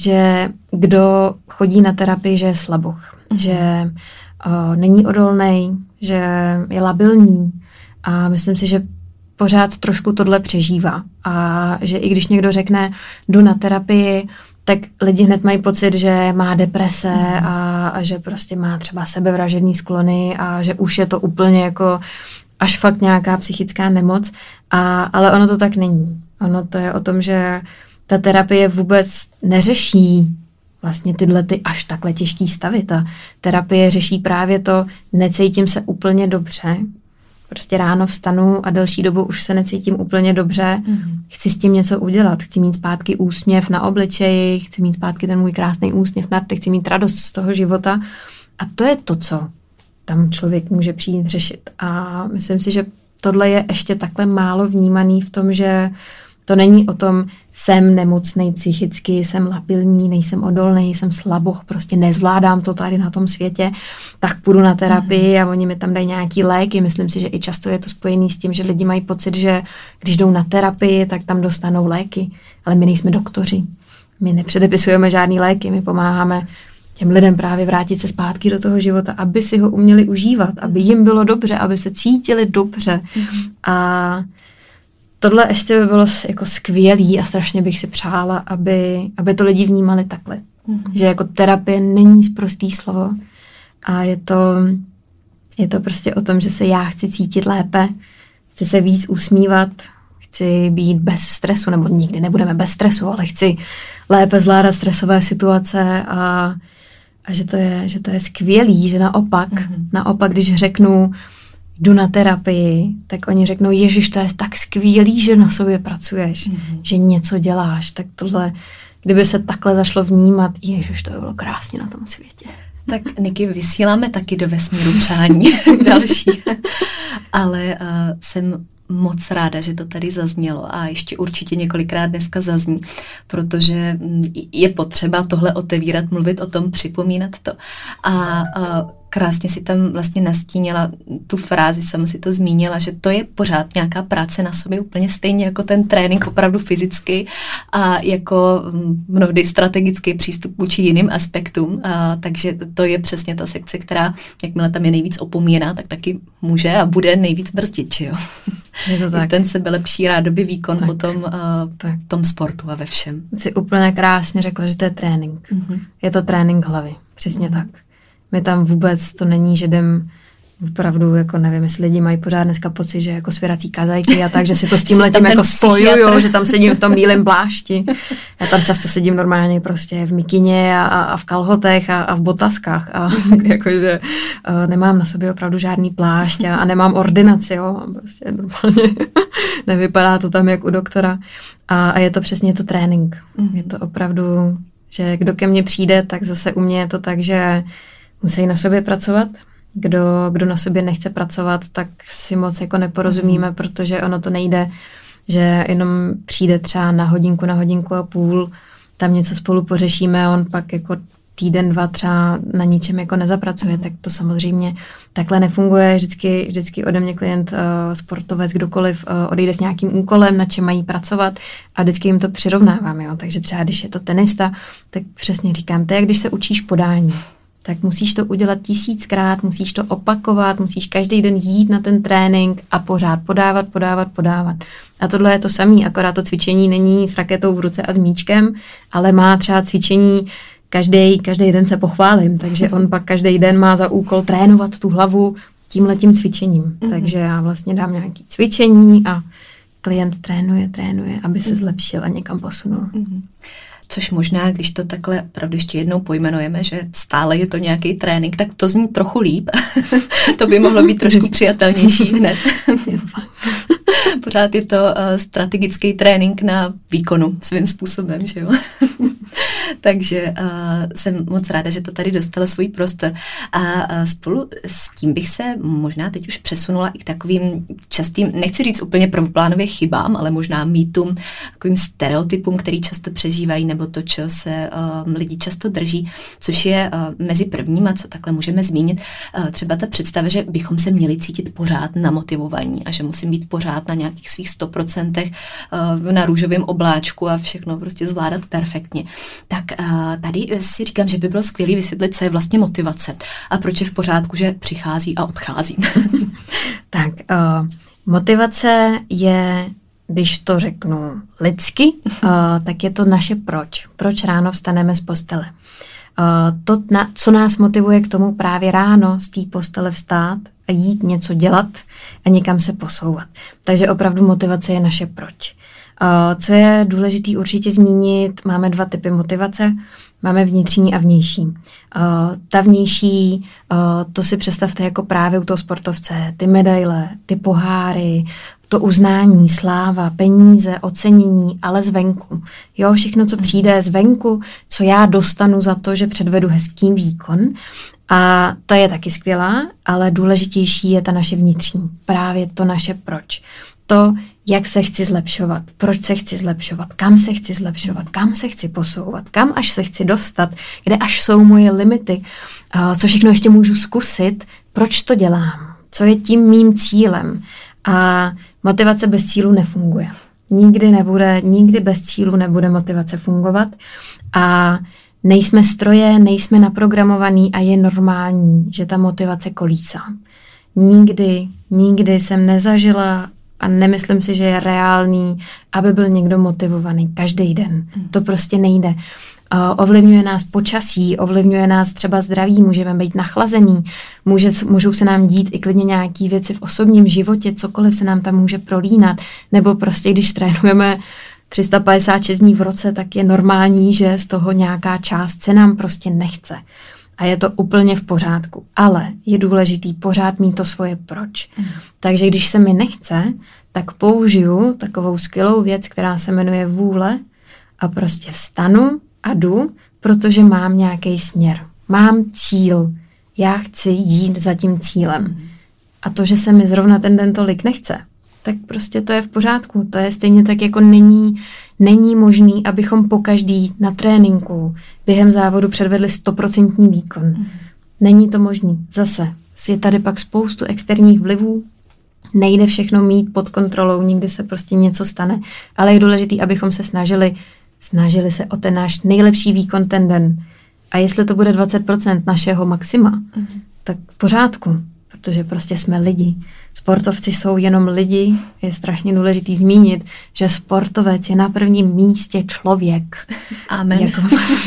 že kdo chodí na terapii, že je slaboch, mm-hmm. že o, není odolnej, že je labilní. A myslím si, že pořád trošku tohle přežívá. A že i když někdo řekne, jdu na terapii, tak lidi hned mají pocit, že má deprese a, a že prostě má třeba sebevražedný sklony a že už je to úplně jako až fakt nějaká psychická nemoc. A, ale ono to tak není. Ono to je o tom, že ta terapie vůbec neřeší vlastně tyhle ty až takhle těžký stavy. Ta terapie řeší právě to, necítím se úplně dobře, prostě ráno vstanu a delší dobu už se necítím úplně dobře, mm. chci s tím něco udělat, chci mít zpátky úsměv na obličeji, chci mít zpátky ten můj krásný úsměv na rtech, chci mít radost z toho života a to je to, co tam člověk může přijít řešit. A myslím si, že tohle je ještě takhle málo vnímaný v tom, že to není o tom, jsem nemocnej psychicky, jsem labilní, nejsem odolný, jsem slaboch, prostě nezvládám to tady na tom světě, tak půjdu na terapii mm. a oni mi tam dají nějaký léky. Myslím si, že i často je to spojený s tím, že lidi mají pocit, že když jdou na terapii, tak tam dostanou léky. Ale my nejsme doktoři. My nepředepisujeme žádný léky, my pomáháme těm lidem právě vrátit se zpátky do toho života, aby si ho uměli užívat, aby jim bylo dobře, aby se cítili dobře. Mm. A tohle ještě by bylo jako skvělý a strašně bych si přála, aby, aby to lidi vnímali takhle. Mm-hmm. Že jako terapie není sprostý slovo a je to, je to prostě o tom, že se já chci cítit lépe, chci se víc usmívat, chci být bez stresu, nebo nikdy nebudeme bez stresu, ale chci lépe zvládat stresové situace a, a že, to je, že to je skvělý, že naopak, mm-hmm. naopak, když řeknu, jdu na terapii, tak oni řeknou, ježiš, to je tak skvělý, že na sobě pracuješ, mm-hmm. že něco děláš. Tak tohle, kdyby se takhle zašlo vnímat, ježiš, to by bylo krásně na tom světě. Tak Niky, vysíláme taky do vesmíru přání další. Ale uh, jsem moc ráda, že to tady zaznělo a ještě určitě několikrát dneska zazní, protože je potřeba tohle otevírat, mluvit o tom, připomínat to. A uh, krásně si tam vlastně nastínila tu frázi, sama si to zmínila, že to je pořád nějaká práce na sobě úplně stejně jako ten trénink opravdu fyzicky a jako mnohdy strategický přístup vůči jiným aspektům. A, takže to je přesně ta sekce, která, jakmile tam je nejvíc opomíjená, tak taky může a bude nejvíc brzdit, či jo? Je to tak. Ten sebelepší rádoby výkon tak, potom uh, tak. tom sportu a ve všem. Jsi úplně krásně řekla, že to je trénink. Mm-hmm. Je to trénink hlavy, přesně mm-hmm. tak. My tam vůbec to není, že jdem opravdu, jako nevím, jestli lidi mají pořád dneska pocit, že jako svěrací kazajky a tak, že si to s tím letím jako spojuju, že tam sedím v tom bílém plášti. Já tam často sedím normálně prostě v mikině a, a v kalhotech a, a v botaskách a jakože uh, nemám na sobě opravdu žádný plášť a, a nemám ordinaci, jo, prostě normálně nevypadá to tam jak u doktora a, a je to přesně to trénink. Mm. Je to opravdu, že kdo ke mně přijde, tak zase u mě je to tak, že musí na sobě pracovat. Kdo, kdo na sobě nechce pracovat, tak si moc jako neporozumíme, mm. protože ono to nejde, že jenom přijde třeba na hodinku, na hodinku a půl, tam něco spolu pořešíme a on pak jako týden, dva třeba na ničem jako nezapracuje, mm. tak to samozřejmě takhle nefunguje. Vždycky, vždycky ode mě klient, uh, sportovec, kdokoliv uh, odejde s nějakým úkolem, na čem mají pracovat a vždycky jim to přirovnávám. Jo? Takže třeba když je to tenista, tak přesně říkám, to je jak když se učíš podání. Tak musíš to udělat tisíckrát, musíš to opakovat, musíš každý den jít na ten trénink a pořád podávat, podávat, podávat. A tohle je to samé, akorát to cvičení není s raketou v ruce a s míčkem, ale má třeba cvičení, každý, každý den se pochválím, takže on pak každý den má za úkol trénovat tu hlavu tímhletím cvičením. Mm-hmm. Takže já vlastně dám nějaké cvičení a klient trénuje, trénuje, aby se zlepšil a někam posunul. Mm-hmm. Což možná, když to takhle opravdu ještě jednou pojmenujeme, že stále je to nějaký trénink, tak to zní trochu líp. To by mohlo být trošku přijatelnější hned. Pořád je to uh, strategický trénink na výkonu svým způsobem, že jo? Takže uh, jsem moc ráda, že to tady dostalo svůj prostor. A uh, spolu s tím bych se možná teď už přesunula i k takovým častým, nechci říct úplně prvoplánově chybám, ale možná mýtům, takovým stereotypům, který často přežívají, nebo to, čeho se uh, lidi často drží, což je uh, mezi prvníma, co takhle můžeme zmínit, uh, třeba ta představa, že bychom se měli cítit pořád namotivovaní a že musím být pořád na nějakých svých sto procentech uh, na růžovém obláčku a všechno prostě zvládat perfektně. Tak uh, tady si říkám, že by bylo skvělé vysvětlit, co je vlastně motivace a proč je v pořádku, že přichází a odchází. Tak, uh, motivace je, když to řeknu lidsky, uh, tak je to naše proč. Proč ráno vstaneme z postele. Uh, to, na, co nás motivuje k tomu právě ráno z té postele vstát a jít něco dělat a někam se posouvat. Takže opravdu motivace je naše proč. Uh, co je důležité určitě zmínit, máme dva typy motivace. Máme vnitřní a vnější. Uh, ta vnější, uh, to si představte jako právě u toho sportovce, ty medaile, ty poháry, to uznání, sláva, peníze, ocenění, ale zvenku. Jo, všechno, co přijde zvenku, co já dostanu za to, že předvedu hezký výkon. A ta je taky skvělá, ale důležitější je ta naše vnitřní. Právě to naše proč. To, jak se chci zlepšovat, proč se chci zlepšovat, kam se chci zlepšovat, kam se chci posouvat, kam až se chci dostat, kde až jsou moje limity, co všechno ještě můžu zkusit, proč to dělám, co je tím mým cílem. A motivace bez cílu nefunguje. Nikdy nebude, nikdy bez cílu nebude motivace fungovat a nejsme stroje, nejsme naprogramovaný a je normální, že ta motivace kolísá. Nikdy, nikdy jsem nezažila a nemyslím si, že je reálný, aby byl někdo motivovaný každý den. To prostě nejde. Uh, ovlivňuje nás počasí, ovlivňuje nás třeba zdraví, můžeme být nachlazený, může, můžou se nám dít i klidně nějaký věci v osobním životě, cokoliv se nám tam může prolínat, nebo prostě když trénujeme tři sta padesát šest dní v roce, tak je normální, že z toho nějaká část se nám prostě nechce. A je to úplně v pořádku. Ale je důležitý pořád mít to svoje proč. Mm. Takže když se mi nechce, tak použiju takovou skvělou věc, která se jmenuje vůle a prostě vstanu a jdu, protože mám nějaký směr. Mám cíl. Já chci jít za tím cílem. Mm. A to, že se mi zrovna ten den tolik nechce, tak prostě to je v pořádku. To je stejně tak, jako není, není možný, abychom pokaždý na tréninku během závodu předvedli stoprocentní výkon. Mm. Není to možný. Zase je tady pak spoustu externích vlivů, nejde všechno mít pod kontrolou, nikdy se prostě něco stane, ale je důležité, abychom se snažili, snažili se o ten náš nejlepší výkon ten den. A jestli to bude dvacet procent našeho maxima, mm. tak v pořádku. protože prostě jsme lidi. Sportovci jsou jenom lidi. Je strašně důležitý zmínit, že sportovec je na prvním místě člověk. Amen. Jako,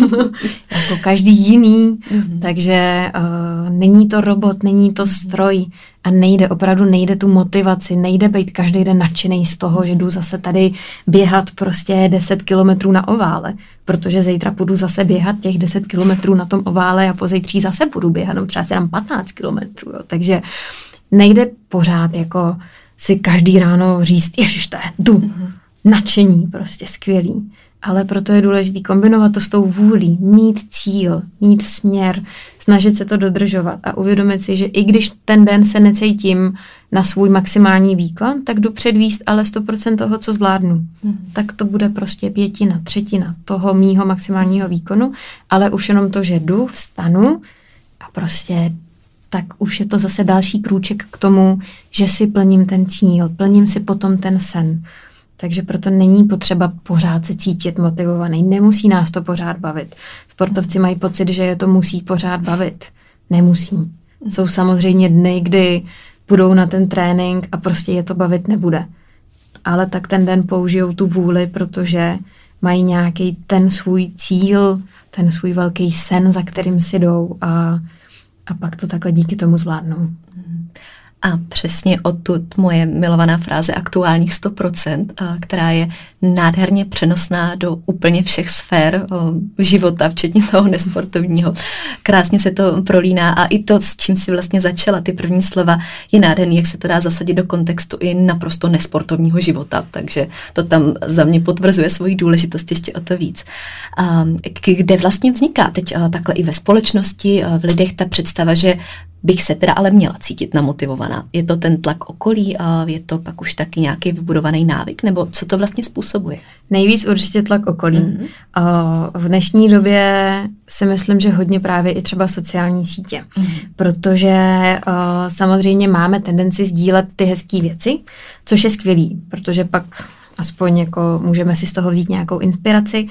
jako každý jiný. Mm-hmm. Takže uh, není to robot, není to stroj a nejde, opravdu nejde tu motivaci, nejde být každý den nadšený z toho, že jdu zase tady běhat prostě deset kilometrů na ovále, protože zítra půjdu zase běhat těch deset kilometrů na tom ovále a pozítří zase půjdu běhat, no třeba si dám patnáct kilometrů. Jo. Takže nejde pořád jako si každý ráno říct, ježiš, to je, jdu, mm-hmm. nadšení, prostě skvělý. Ale proto je důležité kombinovat to s tou vůlí, mít cíl, mít směr, snažit se to dodržovat a uvědomit si, že i když ten den se necítím na svůj maximální výkon, tak jdu předvíst ale sto procent toho, co zvládnu. Mm. Tak to bude prostě pětina, třetina toho mýho maximálního výkonu, ale už jenom to, že jdu, vstanu a prostě tak už je to zase další krůček k tomu, že si plním ten cíl, plním si potom ten sen. Takže proto není potřeba pořád se cítit motivovaný. Nemusí nás to pořád bavit. Sportovci mají pocit, že je to musí pořád bavit. Nemusí. Jsou samozřejmě dny, kdy půjdou na ten trénink a prostě je to bavit nebude. Ale tak ten den použijou tu vůli, protože mají nějaký ten svůj cíl, ten svůj velký sen, za kterým si jdou a, a pak to takhle díky tomu zvládnou. A přesně odtud moje milovaná fráze aktuálních sto procent, která je nádherně přenosná do úplně všech sfér života, včetně toho nesportovního. Krásně se to prolíná a i to, s čím si vlastně začala, ty první slova, je nádherný, jak se to dá zasadit do kontextu i naprosto nesportovního života. Takže to tam za mě potvrzuje svoji důležitost ještě o to víc. Kde vlastně vzniká teď takhle i ve společnosti, v lidech ta představa, že bych se teda ale měla cítit namotivovaná. Je to ten tlak okolí a je to pak už taky nějaký vybudovaný návyk, nebo co to vlastně způsobuje? Nejvíc určitě tlak okolí. Mm-hmm. V dnešní době si myslím, že hodně právě i třeba sociální sítě, mm-hmm. protože samozřejmě máme tendenci sdílet ty hezké věci, což je skvělý, protože pak aspoň jako můžeme si z toho vzít nějakou inspiraci.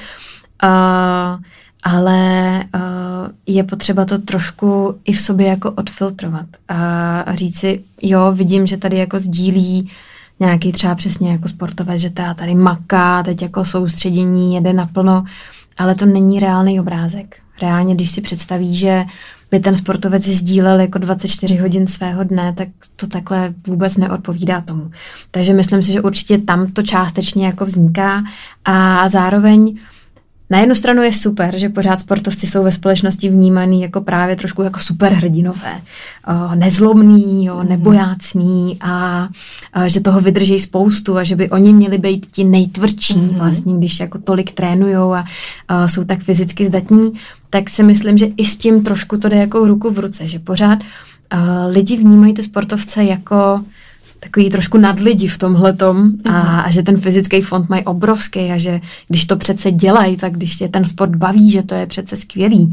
Ale uh, je potřeba to trošku i v sobě jako odfiltrovat a, a říct si, jo, vidím, že tady jako sdílí nějaký třeba přesně jako sportovec, že teda tady maká, teď jako soustředění, jede naplno, ale to není reálný obrázek. Reálně, když si představí, že by ten sportovec sdílel jako dvacet čtyři hodin svého dne, tak to takhle vůbec neodpovídá tomu. Takže myslím si, že určitě tam to částečně jako vzniká a zároveň na jednu stranu je super, že pořád sportovci jsou ve společnosti vnímaný jako právě trošku jako superhrdinové, o, nezlomný, jo, nebojácný a, a že toho vydrží spoustu a že by oni měli být ti nejtvrdší mm-hmm. vlastně, když jako tolik trénujou a, a jsou tak fyzicky zdatní, tak si myslím, že i s tím trošku to jde jako ruku v ruce, že pořád a, lidi vnímají ty sportovce jako takový trošku nadlidi v tomhletom a, a že ten fyzický fond mají obrovský a že když to přece dělají, tak když tě ten sport baví, že to je přece skvělý.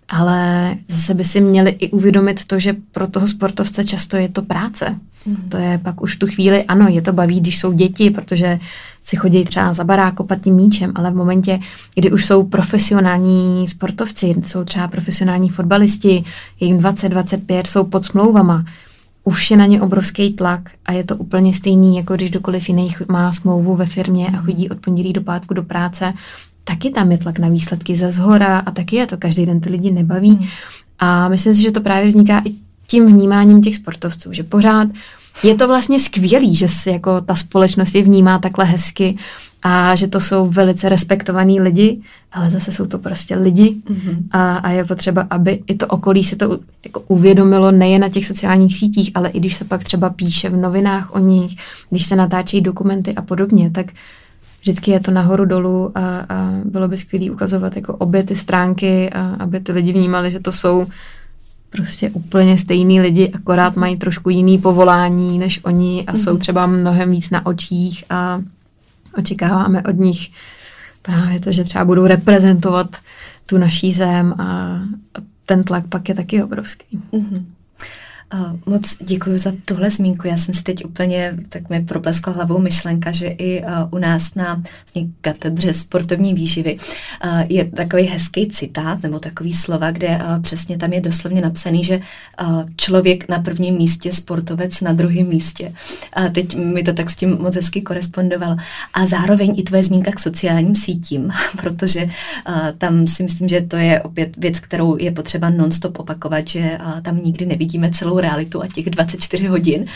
Ale zase by si měli i uvědomit to, že pro toho sportovce často je to práce. Mm. To je pak už tu chvíli, ano, je to baví, když jsou děti, protože si chodí třeba za barák kopat tím míčem, ale v momentě, kdy už jsou profesionální sportovci, jsou třeba profesionální fotbalisti, je jim dvacet, dvacet pět, jsou pod smlouvama, už je na ně obrovský tlak a je to úplně stejný, jako když kdokoliv jiný má smlouvu ve firmě a chodí od pondělí do pátku do práce, taky tam je tlak na výsledky ze zhora a taky je to každý den ty lidi nebaví. Mm. A myslím si, že to právě vzniká i tím vnímáním těch sportovců, že pořád je to vlastně skvělý, že si jako ta společnost je vnímá takhle hezky a že to jsou velice respektovaní lidi, ale zase jsou to prostě lidi mm-hmm. a, a je potřeba, aby i to okolí si to jako uvědomilo nejen na těch sociálních sítích, ale i když se pak třeba píše v novinách o nich, když se natáčejí dokumenty a podobně, tak vždycky je to nahoru dolů a, a bylo by skvělý ukazovat jako obě ty stránky, a aby ty lidi vnímali, že to jsou prostě úplně stejný lidi, akorát mají trošku jiný povolání než oni a mm-hmm. jsou třeba mnohem víc na očích a očekáváme od nich právě to, že třeba budou reprezentovat tu naší zem a ten tlak pak je taky obrovský. Mm-hmm. Uh, moc děkuji za tuhle zmínku. Já jsem si teď úplně, tak mi probleskla hlavou myšlenka, že i uh, u nás na vlastně katedře sportovní výživy uh, je takový hezký citát nebo takový slova, kde uh, přesně tam je doslovně napsaný, že uh, člověk na prvním místě, sportovec na druhém místě. A teď mi to tak s tím moc hezky korespondovalo. A zároveň i tvoje zmínka k sociálním sítím, protože uh, tam si myslím, že to je opět věc, kterou je potřeba non-stop opakovat, že uh, tam nikdy nevidíme celou realitu a těch dvacet čtyři hodin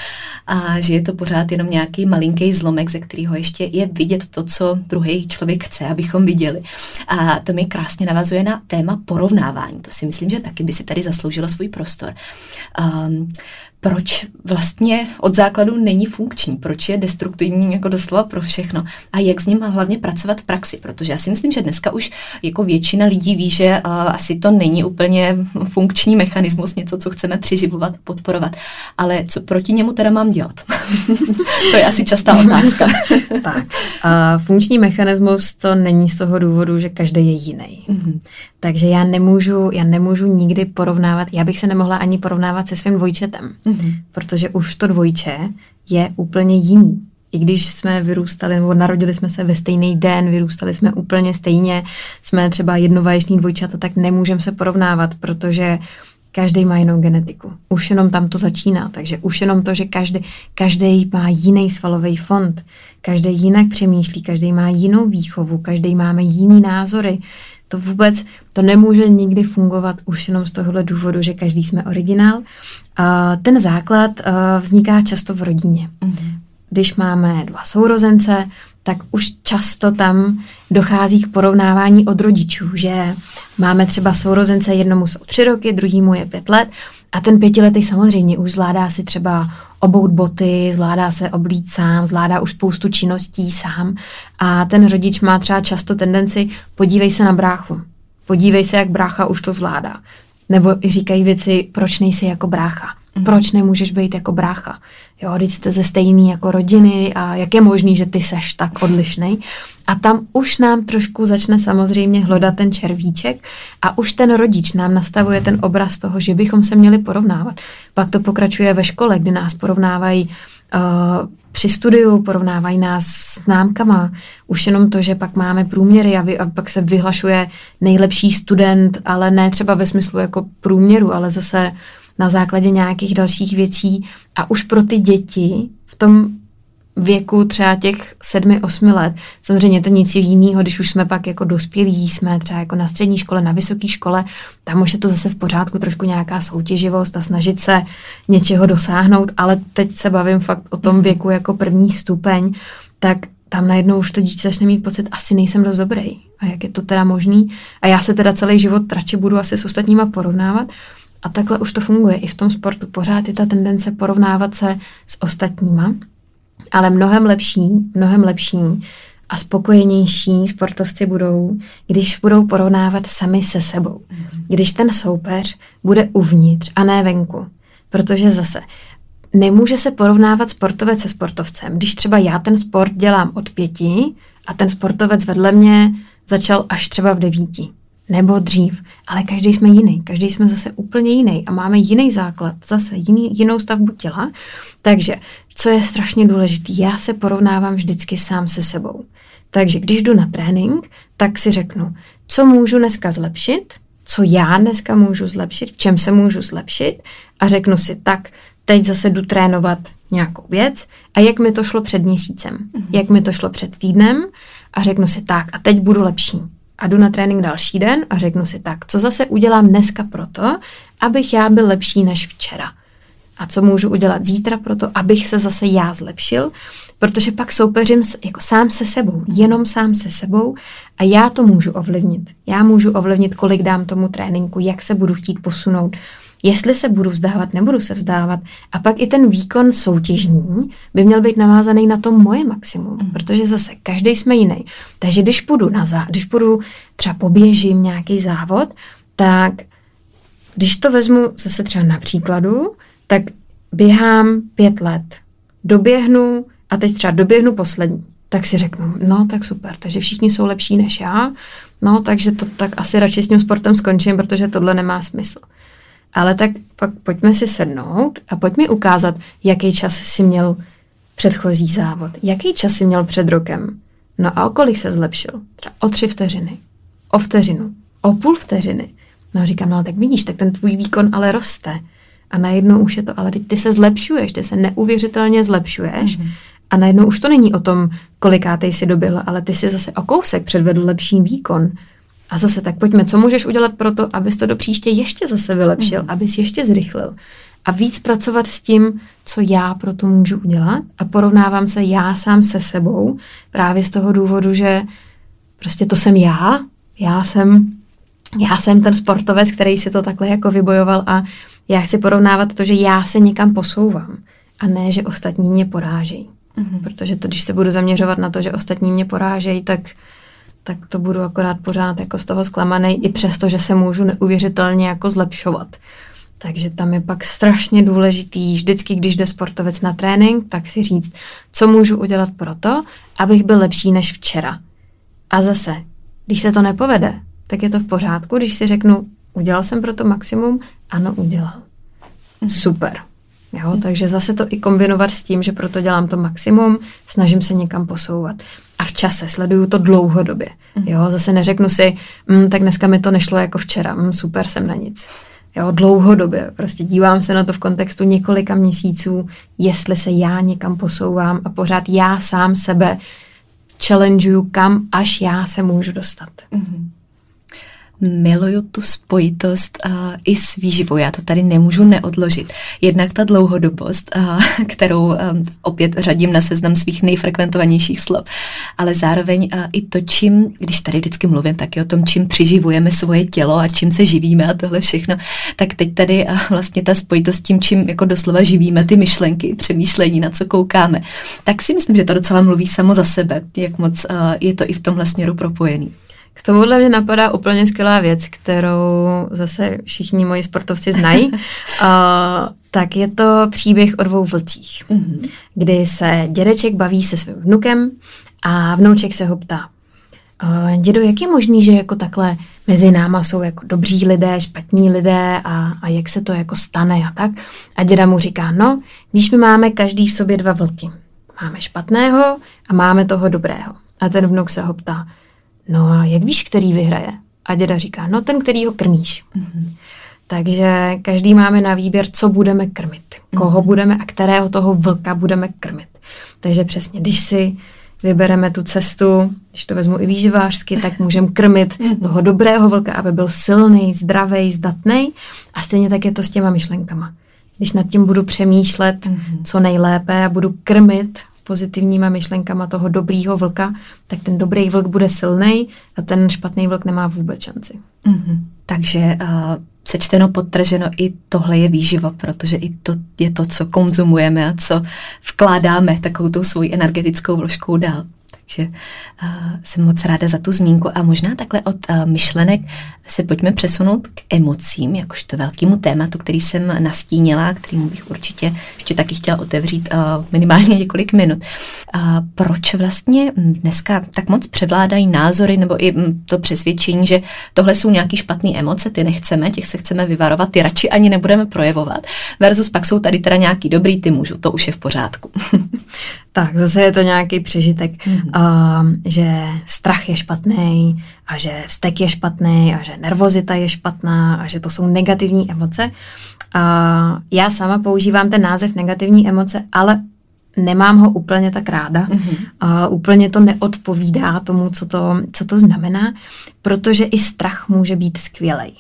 a že je to pořád jenom nějaký malinký zlomek, ze kterého ještě je vidět to, co druhý člověk chce, abychom viděli. A to mi krásně navazuje na téma porovnávání. To si myslím, že taky by si tady zasloužilo svůj prostor. Um, proč vlastně od základu není funkční, proč je destruktivní jako doslova pro všechno a jak s ním hlavně pracovat v praxi, protože já si myslím, že dneska už jako většina lidí ví, že uh, asi to není úplně funkční mechanismus, něco, co chceme přiživovat, podporovat, ale co proti němu teda mám dělat? To je asi častá otázka. Tak, uh, funkční mechanismus to není z toho důvodu, že každý je jiný. Mm-hmm. Takže já nemůžu, já nemůžu nikdy porovnávat, já bych se nemohla ani porovnávat se svým dvojčetem, mm-hmm. protože už to dvojče je úplně jiný. I když jsme vyrůstali, nebo narodili jsme se ve stejný den, vyrůstali jsme úplně stejně, jsme třeba jednovaječný dvojčata, tak nemůžeme se porovnávat, protože každý má jinou genetiku. Už jenom tam to začíná, takže už jenom to, že každý, každý má jiný svalový fond, každý jinak přemýšlí, každý má jinou výchovu, každý máme jiný názory. To vůbec, to nemůže nikdy fungovat už jenom z tohohle důvodu, že každý jsme originál. A ten základ vzniká často v rodině. Mm-hmm. Když máme dva sourozence, tak už často tam dochází k porovnávání od rodičů, že máme třeba sourozence, jednomu jsou tři roky, druhýmu je pět let a ten pětiletý samozřejmě už zvládá si třeba obout boty, zvládá se oblít sám, zvládá už spoustu činností sám a ten rodič má třeba často tendenci podívej se na bráchu, podívej se, jak brácha už to zvládá. Nebo i říkají věci, proč nejsi jako brácha, proč nemůžeš být jako brácha. Jo, když jste ze stejný jako rodiny a jak je možný, že ty seš tak odlišnej. A tam už nám trošku začne samozřejmě hledat ten červíček a už ten rodič nám nastavuje ten obraz toho, že bychom se měli porovnávat. Pak to pokračuje ve škole, kdy nás porovnávají uh, při studiu, porovnávají nás s známkama. Už jenom to, že pak máme průměry a, vy, a pak se vyhlašuje nejlepší student, ale ne třeba ve smyslu jako průměru, ale zase na základě nějakých dalších věcí a už pro ty děti v tom věku třeba těch sedmi, osmi let, samozřejmě to nic jiného, když už jsme pak jako dospělí, jsme třeba jako na střední škole, na vysoké škole, tam už je to zase v pořádku, trošku nějaká soutěživost a snažit se něčeho dosáhnout, ale teď se bavím fakt o tom věku jako první stupeň, tak tam najednou už to dítě začne mít pocit, asi nejsem dost dobrý. A jak je to teda možný? A já se teda celý život radši budu asi s ostatníma porovnávat. A takhle už to funguje i v tom sportu. Pořád je ta tendence porovnávat se s ostatníma, ale mnohem lepší, mnohem lepší a spokojenější sportovci budou, když budou porovnávat sami se sebou. Když ten soupeř bude uvnitř a ne venku. Protože zase nemůže se porovnávat sportovec se sportovcem. Když třeba já ten sport dělám od pěti a ten sportovec vedle mě začal až třeba v devíti. Nebo dřív, ale každý jsme jiný, každý jsme zase úplně jiný a máme jiný základ, zase jiný, jinou stavbu těla. Takže, co je strašně důležité, já se porovnávám vždycky sám se sebou. Takže když jdu na trénink, tak si řeknu, co můžu dneska zlepšit, co já dneska můžu zlepšit, v čem se můžu zlepšit a řeknu si tak, teď zase jdu trénovat nějakou věc a jak mi to šlo před měsícem, mm-hmm. jak mi to šlo před týdnem a řeknu si tak a teď budu lepší. A jdu na trénink další den a řeknu si tak, co zase udělám dneska proto, abych já byl lepší než včera. A co můžu udělat zítra proto, abych se zase já zlepšil, protože pak soupeřím jako sám se sebou, jenom sám se sebou a já to můžu ovlivnit. Já můžu ovlivnit, kolik dám tomu tréninku, jak se budu chtít posunout, jestli se budu vzdávat, nebudu se vzdávat. A pak i ten výkon soutěžní by měl být navázaný na to moje maximum, mm. protože zase každý jsme jiný. Takže když půjdu, na zá, když půjdu třeba poběžím nějaký závod, tak když to vezmu zase třeba na příkladu, tak běhám pět let, doběhnu a teď třeba doběhnu poslední. Tak si řeknu, no tak super, takže všichni jsou lepší než já, no takže to tak asi radši s tím sportem skončím, protože tohle nemá smysl. ale tak pak pojďme si sednout a pojďme ukázat, jaký čas si měl předchozí závod, jaký čas si měl před rokem. No a o kolik se zlepšil? Třeba o tři vteřiny, o vteřinu, o půl vteřiny. No říkám, no ale tak vidíš, tak ten tvůj výkon ale roste. A najednou už je to, ale teď ty se zlepšuješ, ty se neuvěřitelně zlepšuješ. Mm-hmm. A najednou už to není o tom, kolikátej si dobil, ale ty si zase o kousek předvedl lepší výkon. A zase tak pojďme, co můžeš udělat pro to, abys to do příště ještě zase vylepšil, mm. abys ještě zrychlil. A víc pracovat s tím, co já pro to můžu udělat. A porovnávám se já sám se sebou právě z toho důvodu, že prostě to jsem já. Já jsem, já jsem ten sportovec, který si to takhle jako vybojoval a já chci porovnávat to, že já se někam posouvám. A ne, že ostatní mě porážejí. Mm. Protože to, když se budu zaměřovat na to, že ostatní mě porážejí, tak tak to budu akorát pořád jako z toho zklamanej, i přesto, že se můžu neuvěřitelně jako zlepšovat. Takže tam je pak strašně důležitý, vždycky, když jde sportovec na trénink, tak si říct, co můžu udělat pro to, abych byl lepší než včera. A zase, když se to nepovede, tak je to v pořádku, když si řeknu, udělal jsem pro to maximum, ano, udělal. Super. Jo, takže zase to i kombinovat s tím, že proto dělám to maximum, snažím se někam posouvat. A v čase, sleduju to dlouhodobě. Jo, zase neřeknu si, mm, tak dneska mi to nešlo jako včera, mm, super, jsem na nic. Jo, dlouhodobě. Prostě dívám se na to v kontextu několika měsíců, jestli se já někam posouvám a pořád já sám sebe challengeuju, kam až já se můžu dostat. Mm-hmm. Miluju tu spojitost uh, i s výživou. Já to tady nemůžu neodložit. Jednak ta dlouhodobost, uh, kterou um, opět řadím na seznam svých nejfrekventovanějších slov, ale zároveň uh, i to, čím, když tady vždycky mluvím taky o tom, čím přiživujeme svoje tělo a čím se živíme a tohle všechno, tak teď tady uh, vlastně ta spojitost s tím, čím jako doslova živíme ty myšlenky, přemýšlení, na co koukáme, tak si myslím, že to docela mluví samo za sebe, jak moc uh, je to i v tomhle směru propojený. K tomuhle mě napadá úplně skvělá věc, kterou zase všichni moji sportovci znají. uh, tak je to příběh o dvou vlcích, mm-hmm. kdy se dědeček baví se svým vnukem a vnouček se ho ptá. Uh, dědo, jak je možný, že jako takhle mezi náma jsou jako dobří lidé, špatní lidé a, a jak se to jako stane a tak? A děda mu říká, no, víš, my máme každý v sobě dva vlky. Máme špatného a máme toho dobrého. A ten vnuk se ho ptá, no a jak víš, který vyhraje? A děda říká, no ten, který ho krmíš. Mm-hmm. Takže každý máme na výběr, co budeme krmit. Koho mm-hmm. budeme a kterého toho vlka budeme krmit. Takže přesně, když si vybereme tu cestu, když to vezmu i výživářsky, tak můžeme krmit mm-hmm. toho dobrého vlka, aby byl silný, zdravý, zdatný. A stejně tak je to s těma myšlenkama. Když nad tím budu přemýšlet mm-hmm. co nejlépe a budu krmit pozitivníma myšlenkama toho dobrýho vlka, tak ten dobrý vlk bude silnej a ten špatný vlk nemá vůbec šanci. Mm-hmm. Takže uh, sečteno, podtrženo, i tohle je výživa, protože i to je to, co konzumujeme a co vkládáme takovou tou svojí energetickou vložkou dál. Takže uh, jsem moc ráda za tu zmínku a možná takhle od uh, myšlenek se pojďme přesunout k emocím, jakožto velkému tématu, který jsem nastínila, kterýmu bych určitě ještě taky chtěla otevřít uh, minimálně několik minut. Uh, proč vlastně dneska tak moc převládají názory nebo i um, to přesvědčení, že tohle jsou nějaký špatné emoce, ty nechceme, těch se chceme vyvarovat, ty radši ani nebudeme projevovat, versus pak jsou tady teda nějaký dobrý, ty můžu, to už je v pořádku. Tak, zase je to nějaký přežitek, mm-hmm. uh, že strach je špatný a že vztek je špatný a že nervozita je špatná a že to jsou negativní emoce. Uh, já sama používám ten název negativní emoce, ale nemám ho úplně tak ráda. Mm-hmm. Uh, úplně to neodpovídá tomu, co to, co to znamená, protože i strach může být skvělej.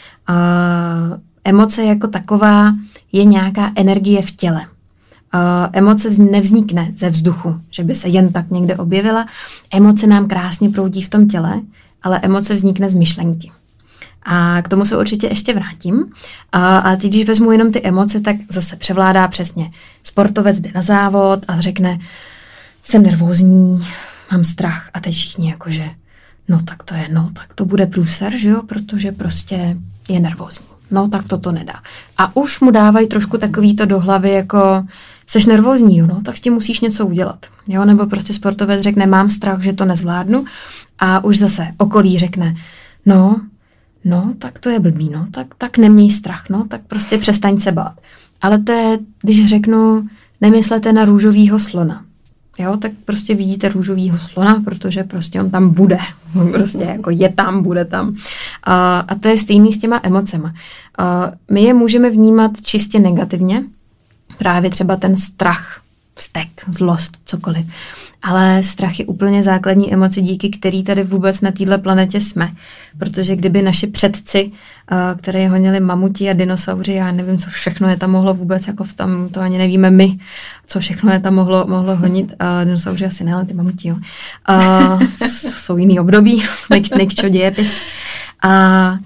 Uh, emoce jako taková je nějaká energie v těle. Uh, emoce nevznikne ze vzduchu, že by se jen tak někde objevila. Emoce nám krásně proudí v tom těle, ale emoce vznikne z myšlenky. A k tomu se určitě ještě vrátím. Uh, a teď, když vezmu jenom ty emoce, tak zase převládá přesně. Sportovec jde na závod a řekne, jsem nervózní, mám strach. A teď všichni jakože, no tak to je, no tak to bude průser, že jo, protože prostě je nervózní. No tak to to nedá. A už mu dávají trošku takový to do hlavy jako, seš nervózní, jo, no, tak s tím musíš něco udělat. Jo, nebo prostě sportovec řekne, mám strach, že to nezvládnu. A už zase okolí řekne, no, no tak to je blbý, no tak, tak neměj strach, no tak prostě přestaň se bát. Ale to je, když řeknu, nemyslete na růžovýho slona. Jo, tak prostě vidíte růžovýho slona, protože prostě on tam bude. On prostě jako je tam, bude tam. A, a to je stejný s těma emocema. A my je můžeme vnímat čistě negativně. Právě třeba ten strach, vztek, zlost, cokoliv. Ale strach je úplně základní emoce, díky který tady vůbec na této planetě jsme. Protože kdyby naši předci, které honili mamuti a dinosauři, já nevím, co všechno je tam mohlo vůbec, jako v tam, to ani nevíme my, co všechno je tam mohlo, mohlo honit. A dinosauři asi ne, ale ty mamuti, jo. A, to jsou jiný období, nekčo dějepis. A, a,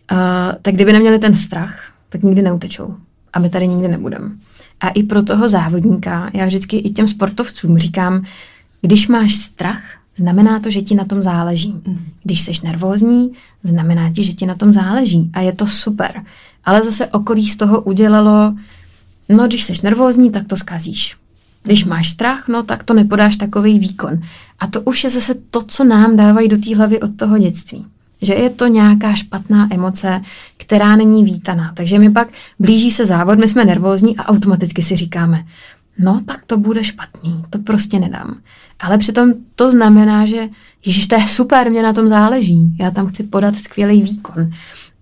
tak kdyby neměli ten strach, tak nikdy neutečou. A my tady nikdy nebudeme. A i pro toho závodníka, já vždycky i těm sportovcům říkám, když máš strach, znamená to, že ti na tom záleží. Když jsi nervózní, znamená ti, že ti na tom záleží. A je to super. Ale zase okolí z toho udělalo, no když jsi nervózní, tak to zkazíš. Když máš strach, no tak to nepodáš takový výkon. A to už je zase to, co nám dávají do té hlavy od toho dětství. Že je to nějaká špatná emoce, která není vítaná. Takže mi pak blíží se závod, my jsme nervózní a automaticky si říkáme, no tak to bude špatný, to prostě nedám. Ale přitom to znamená, že ježiš, to je super, mě na tom záleží, já tam chci podat skvělý výkon.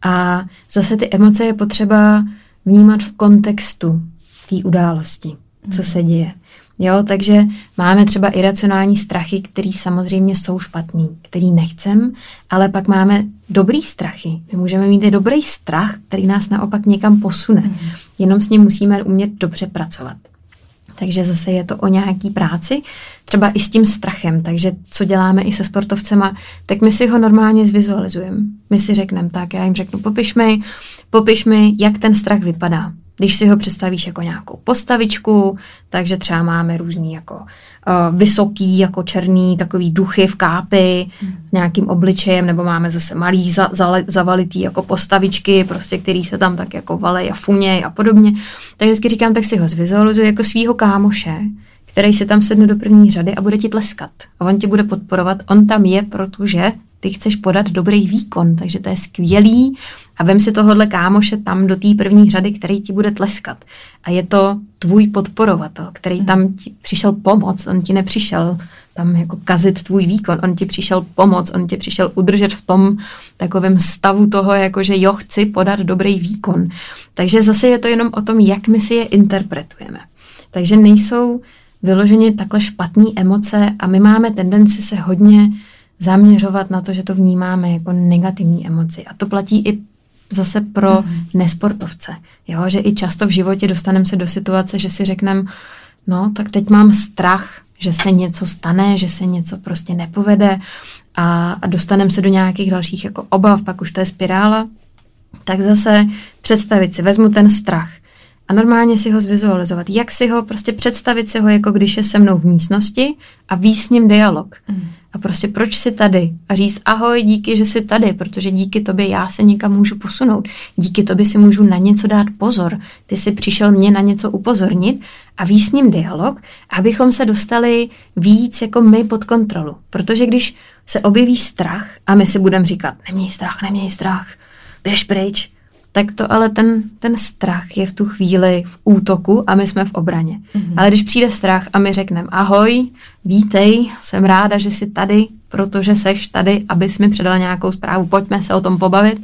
A zase ty emoce je potřeba vnímat v kontextu té události, co se děje. Jo, takže máme třeba iracionální strachy, které samozřejmě jsou špatný, který nechcem, ale pak máme dobrý strachy. My můžeme mít i dobrý strach, který nás naopak někam posune. Mm. Jenom s ním musíme umět dobře pracovat. Takže zase je to o nějaký práci, třeba i s tím strachem. Takže co děláme i se sportovcema, tak my si ho normálně zvizualizujeme. My si řekneme, tak já jim řeknu, popiš mi, popiš mi, jak ten strach vypadá. Když si ho představíš jako nějakou postavičku, takže třeba máme různý jako uh, vysoký, jako černý, takový duchy v kápi mm. s nějakým obličejem, nebo máme zase malý za, za, zavalitý jako postavičky, prostě který se tam tak jako valej a funěj a podobně. Tak vždycky říkám, tak si ho zvizualizuji jako svýho kámoše, který se tam sedne do první řady a bude ti tleskat. A on tě bude podporovat. On tam je, protože ty chceš podat dobrý výkon, takže to je skvělý. A vem si tohohle kámoše tam do té první řady, který ti bude tleskat. A je to tvůj podporovatel, který tam ti přišel pomoct. On ti nepřišel tam jako kazit tvůj výkon. On ti přišel pomoct, on ti přišel udržet v tom takovém stavu toho, jako že jo, chci podat dobrý výkon. Takže zase je to jenom o tom, jak my si je interpretujeme. Takže nejsou vyloženě takhle špatné emoce a my máme tendenci se hodně zaměřovat na to, že to vnímáme jako negativní emoci. A to platí i zase pro mm. nesportovce. Jo? Že i často v životě dostaneme se do situace, že si řekneme, no tak teď mám strach, že se něco stane, že se něco prostě nepovede a, a dostaneme se do nějakých dalších jako obav, pak už to je spirála. Tak zase představit si, vezmu ten strach a normálně si ho zvizualizovat. Jak si ho, prostě představit si ho, jako když je se mnou v místnosti a vést s ním dialog. Mm. A prostě proč jsi tady? A říct ahoj, díky, že jsi tady, protože díky tobě já se někam můžu posunout. Díky tobě si můžu na něco dát pozor. Ty jsi přišel mě na něco upozornit a vést s ním dialog, abychom se dostali víc jako my pod kontrolu. Protože když se objeví strach a my si budeme říkat, neměj strach, neměj strach, běž pryč, tak to ale ten, ten strach je v tu chvíli v útoku a my jsme v obraně. Mm-hmm. Ale když přijde strach a my řekneme ahoj, vítej, jsem ráda, že jsi tady, protože seš tady, abys mi předala nějakou zprávu, pojďme se o tom pobavit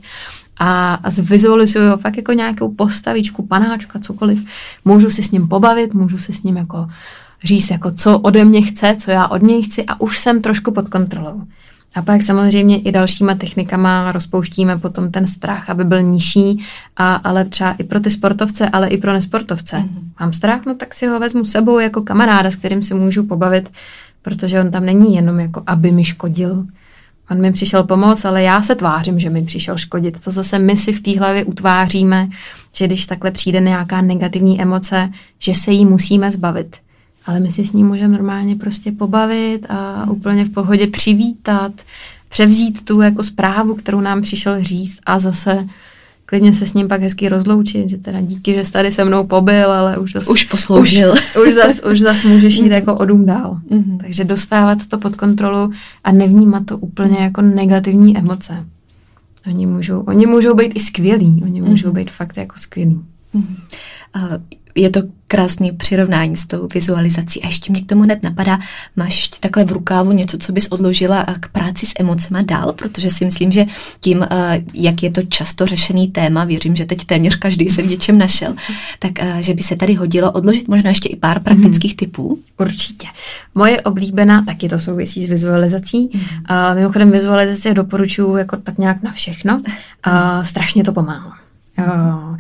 a, a zvizualizuju ho fakt jako nějakou postavičku, panáčka, cokoliv. Můžu si s ním pobavit, můžu si s ním jako říct, jako co ode mě chce, co já od něj chci a už jsem trošku pod kontrolou. A pak samozřejmě i dalšíma technikama rozpouštíme potom ten strach, aby byl nižší, a, ale třeba i pro ty sportovce, ale i pro nesportovce. Mm-hmm. Mám strach, no tak si ho vezmu sebou jako kamaráda, s kterým si můžu pobavit, protože on tam není jenom jako, aby mi škodil. On mi přišel pomoct, ale já se tvářím, že mi přišel škodit. To zase my si v té hlavě utváříme, že když takhle přijde nějaká negativní emoce, že se jí musíme zbavit. Ale my si s ním můžeme normálně prostě pobavit a úplně v pohodě přivítat, převzít tu jako zprávu, kterou nám přišel říct a zase klidně se s ním pak hezky rozloučit, že teda díky, že jsi tady se mnou pobyl, ale už zas, už posloužil. Už, už, zas, už zas můžeš jít jako o dům dál. Mm-hmm. Takže dostávat to pod kontrolu a nevnímat to úplně jako negativní emoce. Oni můžou, oni můžou být i skvělí, oni můžou mm. být fakt jako skvělí. Mm. Uh, je to krásný přirovnání s tou vizualizací. A ještě mě k tomu hned napadá, máš takhle v rukávu něco, co bys odložila k práci s emocema dál, protože si myslím, že tím, jak je to často řešený téma, věřím, že teď téměř každý se v něčem našel, tak že by se tady hodilo odložit možná ještě i pár praktických mm. typů. Určitě. Moje oblíbená, taky to souvisí s vizualizací. Mm. A mimochodem vizualizaci doporučuji jako tak nějak na všechno. A strašně to pomáhá. Jo.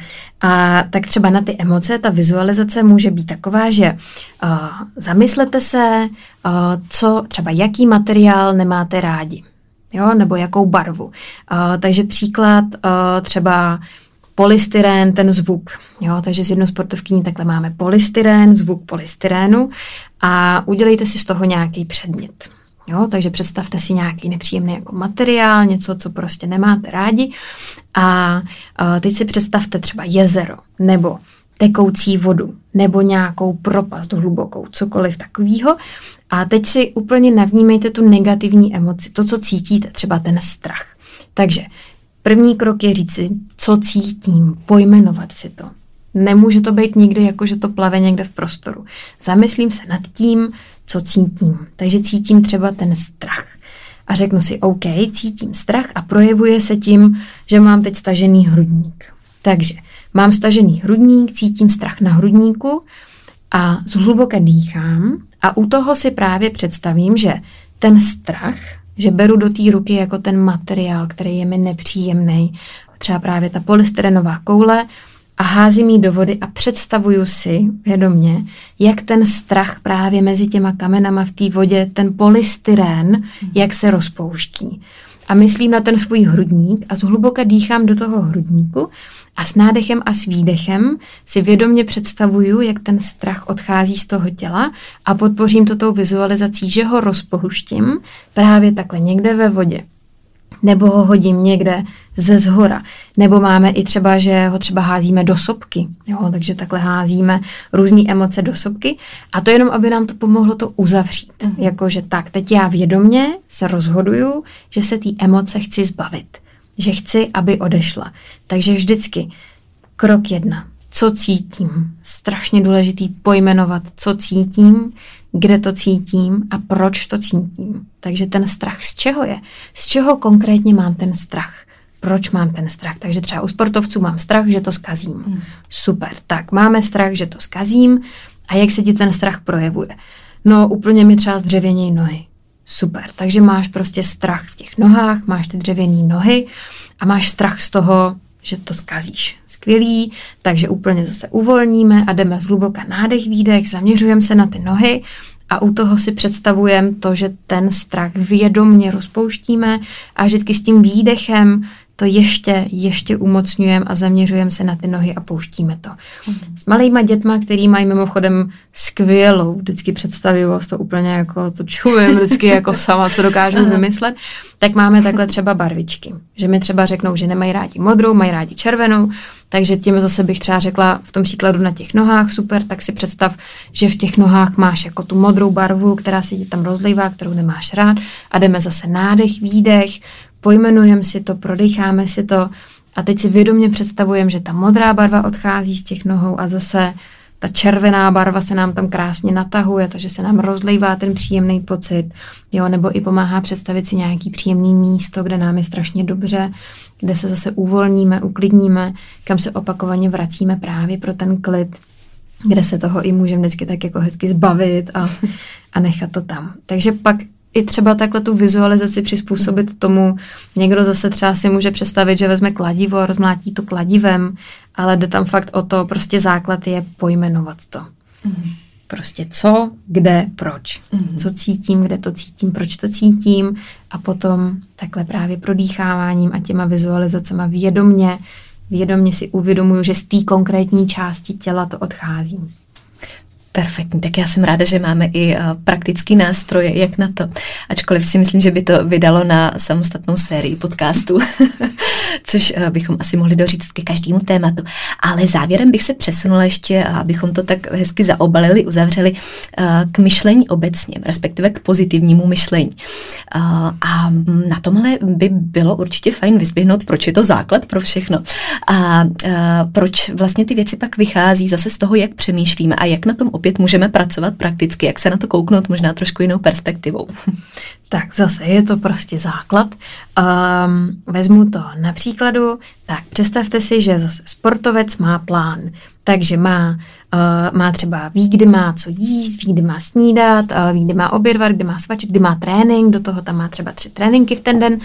A tak třeba na ty emoce ta vizualizace může být taková, že uh, zamyslete se, uh, co třeba jaký materiál nemáte rádi, jo, nebo jakou barvu. Uh, takže příklad uh, třeba polystyrén, ten zvuk. Jo, takže z jednou sportovkyní takhle máme polystyrén, zvuk polystyrénu a udělejte si z toho nějaký předmět. Jo, takže představte si nějaký nepříjemný jako materiál, něco, co prostě nemáte rádi a, a teď si představte třeba jezero nebo tekoucí vodu nebo nějakou propast hlubokou, cokoliv takového a teď si úplně navnímejte tu negativní emoci, to, co cítíte, třeba ten strach. Takže první krok je říct si, co cítím, pojmenovat si to. Nemůže to být nikdy jako, že to plave někde v prostoru. Zamyslím se nad tím, co cítím. Takže cítím třeba ten strach. A řeknu si, OK, cítím strach a projevuje se tím, že mám teď stažený hrudník. Takže mám stažený hrudník, cítím strach na hrudníku a zhluboka dýchám a u toho si právě představím, že ten strach, že beru do té ruky jako ten materiál, který je mi nepříjemný, třeba právě ta polystyrenová koule, a házím jí do vody a představuju si vědomě, jak ten strach právě mezi těma kamenama v té vodě, ten polystyrén, mm. jak se rozpouští. A myslím na ten svůj hrudník a zhluboka dýchám do toho hrudníku a s nádechem a s výdechem si vědomě představuju, jak ten strach odchází z toho těla a podpořím to tou vizualizací, že ho rozpouštím právě takhle někde ve vodě. Nebo ho hodím někde ze zhora. Nebo máme i třeba, že ho třeba házíme do sopky. Jo, takže takhle házíme různé emoce do sopky. A to jenom, aby nám to pomohlo to uzavřít. Mm. Jakože tak, teď já vědomě se rozhoduju, že se té emoce chci zbavit. Že chci, aby odešla. Takže vždycky krok jedna. Co cítím? Strašně důležitý pojmenovat, co cítím, kde to cítím a proč to cítím. Takže ten strach z čeho je? Z čeho konkrétně mám ten strach? Proč mám ten strach? Takže třeba u sportovců mám strach, že to zkazím. Mm. Super, tak máme strach, že to zkazím a jak se ti ten strach projevuje? No úplně mi třeba zdřevěnějí nohy. Super, takže máš prostě strach v těch nohách, máš ty dřevěné nohy a máš strach z toho, že to zkazíš. Skvělý, takže úplně zase uvolníme a jdeme zhluboka nádech, výdech, zaměřujeme se na ty nohy a u toho si představujeme to, že ten strach vědomně rozpouštíme a vždycky s tím výdechem to ještě, ještě umocňujeme a zaměřujeme se na ty nohy a pouštíme to. Mm. S malejma dětma, který mají mimochodem skvělou vždycky představivost, to úplně jako to čujem vždycky jako sama, co dokážu vymyslet, tak máme takhle třeba barvičky. Že mi třeba řeknou, že nemají rádi modrou, mají rádi červenou, takže tím zase bych třeba řekla v tom příkladu na těch nohách, super, tak si představ, že v těch nohách máš jako tu modrou barvu, která se ti tam rozlejvá, kterou nemáš rád a jdeme zase nádech, výdech, pojmenujeme si to, prodecháme si to a teď si vědomě představujeme, že ta modrá barva odchází z těch nohou a zase ta červená barva se nám tam krásně natahuje, takže se nám rozlejvá ten příjemný pocit, jo, nebo i pomáhá představit si nějaký příjemný místo, kde nám je strašně dobře, kde se zase uvolníme, uklidníme, kam se opakovaně vracíme právě pro ten klid, kde se toho i můžeme vždycky tak jako hezky zbavit a, a nechat to tam. Takže pak i třeba takhle tu vizualizaci přizpůsobit tomu. Někdo zase třeba si může představit, že vezme kladivo a rozmlátí to kladivem, ale jde tam fakt o to, prostě základ je pojmenovat to. Mm. Prostě co, kde, proč. Mm. Co cítím, kde to cítím, proč to cítím a potom takhle právě prodýcháváním a těma vizualizacema vědomně, vědomně si uvědomuju, že z té konkrétní části těla to odchází. Perfektní, tak já jsem ráda, že máme i praktický nástroje, jak na to. Ačkoliv si myslím, že by to vydalo na samostatnou sérii podcastů, což bychom asi mohli doříct ke každému tématu. Ale závěrem bych se přesunula ještě, abychom to tak hezky zaobalili, uzavřeli, k myšlení obecně, respektive k pozitivnímu myšlení. A na tomhle by bylo určitě fajn vyzběhnout, proč je to základ pro všechno. A proč vlastně ty věci pak vychází zase z toho, jak přemýšlíme a jak na tom opět můžeme pracovat prakticky, jak se na to kouknout možná trošku jinou perspektivou. Tak zase je to prostě základ. Um, vezmu to na příkladu. Tak představte si, že zase sportovec má plán, takže má, uh, má třeba ví, kdy má co jíst, ví, kdy má snídat, uh, ví, kdy má obědvat, kdy má svačit, kdy má trénink, do toho tam má třeba tři tréninky v ten den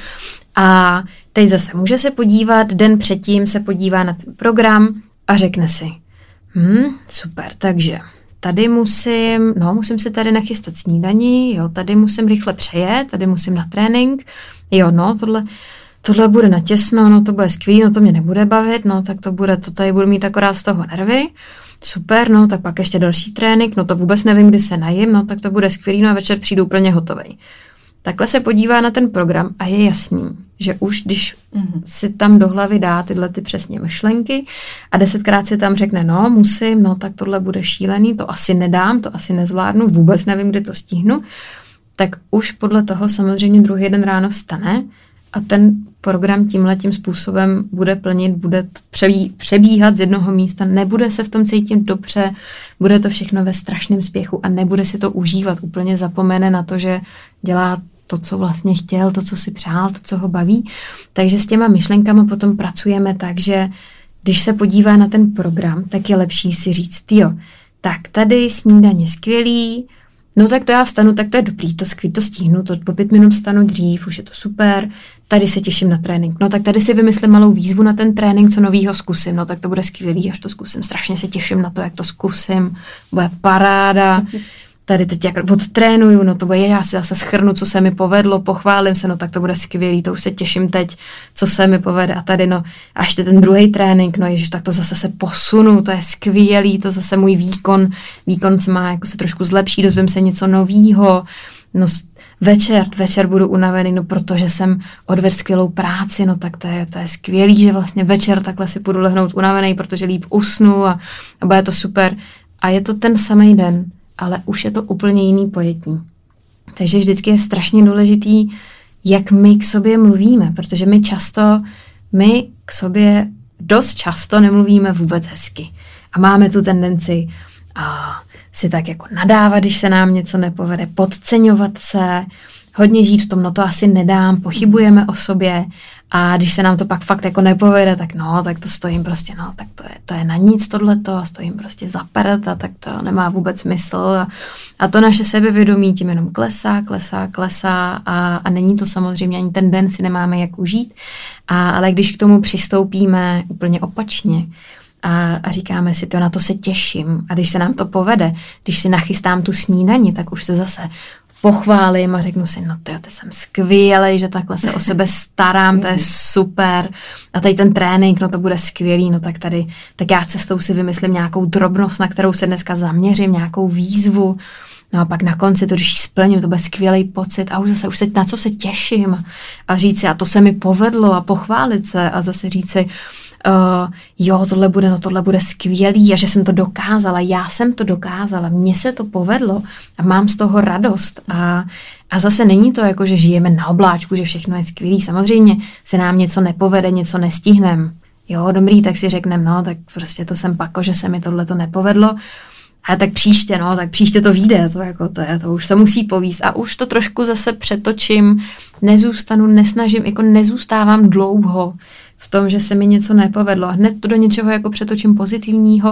a teď zase může se podívat, den předtím se podívá na ten program a řekne si, hm, super, takže tady musím, no musím si tady nachystat snídani, jo, tady musím rychle přejet, tady musím na trénink, jo, no, tohle, tohle bude natěsno, no to bude skvělý, no to mě nebude bavit, no tak to bude, to tady budu mít akorát z toho nervy, super, no tak pak ještě další trénink, no to vůbec nevím, kdy se najím, no tak to bude skvělý, no a večer přijdu úplně hotovej. Takhle se podívá na ten program a je jasný, že už když mm-hmm. si tam do hlavy dá tyhle ty přesně myšlenky a desetkrát si tam řekne, no musím, no tak tohle bude šílený, to asi nedám, to asi nezvládnu, vůbec nevím, kdy to stihnu, tak už podle toho samozřejmě druhý den ráno vstane a ten program tímhletím způsobem bude plnit, bude přebí, přebíhat z jednoho místa, nebude se v tom cítit dobře, bude to všechno ve strašném spěchu a nebude si to užívat, úplně zapomene na to, že dělá to, co vlastně chtěl, to, co si přál, to, co ho baví. Takže s těma myšlenkama potom pracujeme tak, že když se podívá na ten program, tak je lepší si říct, jo, tak tady snídaně skvělý, no tak to já vstanu, tak to je dobrý, to skvělý, to stihnu, to po pět minut vstanu dřív, už je to super, tady se těším na trénink, no tak tady si vymyslím malou výzvu na ten trénink, co novýho zkusím, no tak to bude skvělý, až to zkusím, strašně se těším na to, jak to zkusím, bude paráda, tady teď jak odtrénuju, no to bude, já si zase shrnu, co se mi povedlo, pochválím se, no tak to bude skvělý, to už se těším teď, co se mi povede a tady, no a ještě ten druhý trénink, no ježiš, tak to zase se posunu, to je skvělý, to zase můj výkon, výkon se má, jako se trošku zlepší, dozvím se něco novýho, no večer, večer budu unavený, no protože jsem odvedl skvělou práci, no tak to je, to je skvělý, že vlastně večer takhle si budu lehnout unavený, protože líp usnu a, a bude to super a je to ten samý den, ale už je to úplně jiný pojetí. Takže vždycky je strašně důležitý, jak my k sobě mluvíme, protože my často, my k sobě dost často nemluvíme vůbec hezky. A máme tu tendenci a, si tak jako nadávat, když se nám něco nepovede, podceňovat se, hodně žít v tom, no to asi nedám, pochybujeme o sobě a když se nám to pak fakt jako nepovede, tak no, tak to stojím prostě, no, tak to je, to je na nic tohleto a stojím prostě za prd a tak to nemá vůbec smysl a, a to naše sebevědomí tím jenom klesá, klesá, klesá a, a není to samozřejmě ani ten den si nemáme jak užít, a, ale když k tomu přistoupíme úplně opačně, A, a říkáme si, to na to se těším. A když se nám to povede, když si nachystám tu snídani, tak už se zase pochválím a řeknu si, no tyjo, ty jsem skvělej, že takhle se o sebe starám, to je super. A tady ten trénink, no to bude skvělý, no tak tady, tak já cestou si vymyslím nějakou drobnost, na kterou se dneska zaměřím, nějakou výzvu. No a pak na konci to, když ji splním, to bude skvělý pocit a už zase, už se na co se těším. A říct si, a to se mi povedlo a pochválit se a zase říct si, Uh, jo, tohle bude, no tohle bude skvělý a že jsem to dokázala, já jsem to dokázala, mně se to povedlo a mám z toho radost a, a zase není to jako, že žijeme na obláčku, že všechno je skvělý, samozřejmě se nám něco nepovede, něco nestihnem, jo, dobrý, tak si řekneme, no, tak prostě to jsem pako, že se mi tohle to nepovedlo, a tak příště, no, tak příště to vyjde, to, jako to, je, to už se musí povíst a už to trošku zase přetočím, nezůstanu, nesnažím, jako nezůstávám dlouho v tom, že se mi něco nepovedlo a hned to do něčeho jako přetočím pozitivního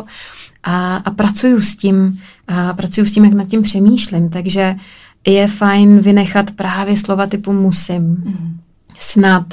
a, a pracuju s tím a pracuju s tím, jak nad tím přemýšlím, takže je fajn vynechat právě slova typu musím, mm. snad,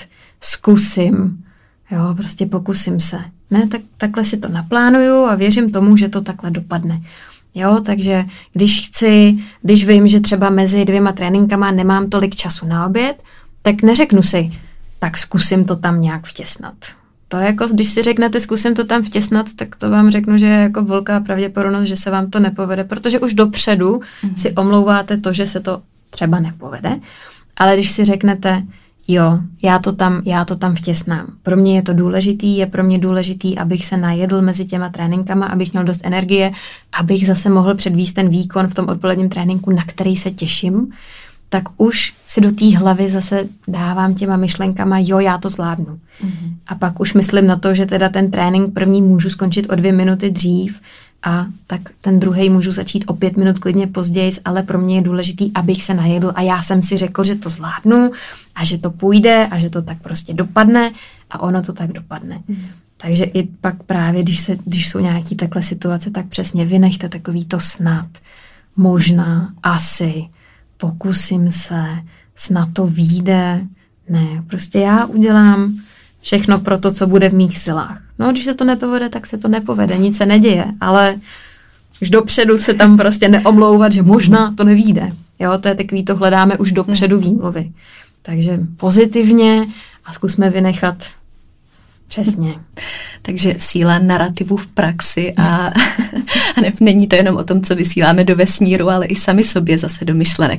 zkusím, jo, prostě pokusím se. Ne, tak takhle si to naplánuju a věřím tomu, že to takhle dopadne. Jo, takže když chci, když vím, že třeba mezi dvěma tréninkama nemám tolik času na oběd, tak neřeknu si, tak zkusím to tam nějak vtěsnat. to jako, když si řeknete, zkusím to tam vtěsnat, tak to vám řeknu, že je jako velká pravděpodobnost, že se vám to nepovede, protože už dopředu mm-hmm. si omlouváte to, že se to třeba nepovede, ale když si řeknete, jo, já to tam, já to tam vtěsnám. Pro mě je to důležitý, je pro mě důležitý, abych se najedl mezi těma tréninkama, abych měl dost energie, abych zase mohl předvést ten výkon v tom odpoledním tréninku, na který se těším, tak už si do té hlavy zase dávám těma myšlenkama, jo, já to zvládnu. Mm-hmm. A pak už myslím na to, že teda ten trénink první můžu skončit o dvě minuty dřív a tak ten druhej můžu začít o pět minut klidně později, ale pro mě je důležitý, abych se najedl a já jsem si řekl, že to zvládnu a že to půjde a že to tak prostě dopadne a ono to tak dopadne. Mm. Takže i pak právě, když, se, když jsou nějaký takhle situace, tak přesně vynechte takový to snad, možná, asi, pokusím se, snad to vyjde. Ne, prostě já udělám všechno pro to, co bude v mých silách. No, když se to nepovede, tak se to nepovede, nic se neděje, ale už dopředu se tam prostě neomlouvat, že možná to nevyjde. Jo, to je takový, to hledáme už dopředu výmluvy. Takže pozitivně a zkusme vynechat přesně. Takže síla narrativu v praxi a, a ne, není to jenom o tom, co vysíláme do vesmíru, ale i sami sobě zase do myšlenek.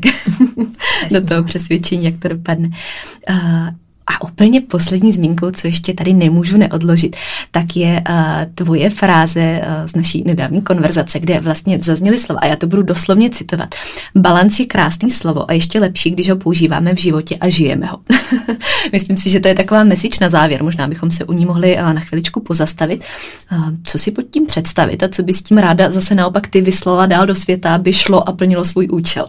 Do toho přesvědčení, jak to dopadne. Uh, A úplně poslední zmínkou, co ještě tady nemůžu neodložit, tak je uh, tvoje fráze uh, z naší nedávné konverzace, kde vlastně zazněly slova, a já to budu doslovně citovat. Balans je krásný slovo a ještě lepší, když ho používáme v životě a žijeme ho. Myslím si, že to je taková message na závěr, možná bychom se u ní mohli uh, na chviličku pozastavit. Uh, co si pod tím představit a co bys tím ráda zase naopak ty vyslala dál do světa, aby šlo a plnilo svůj účel?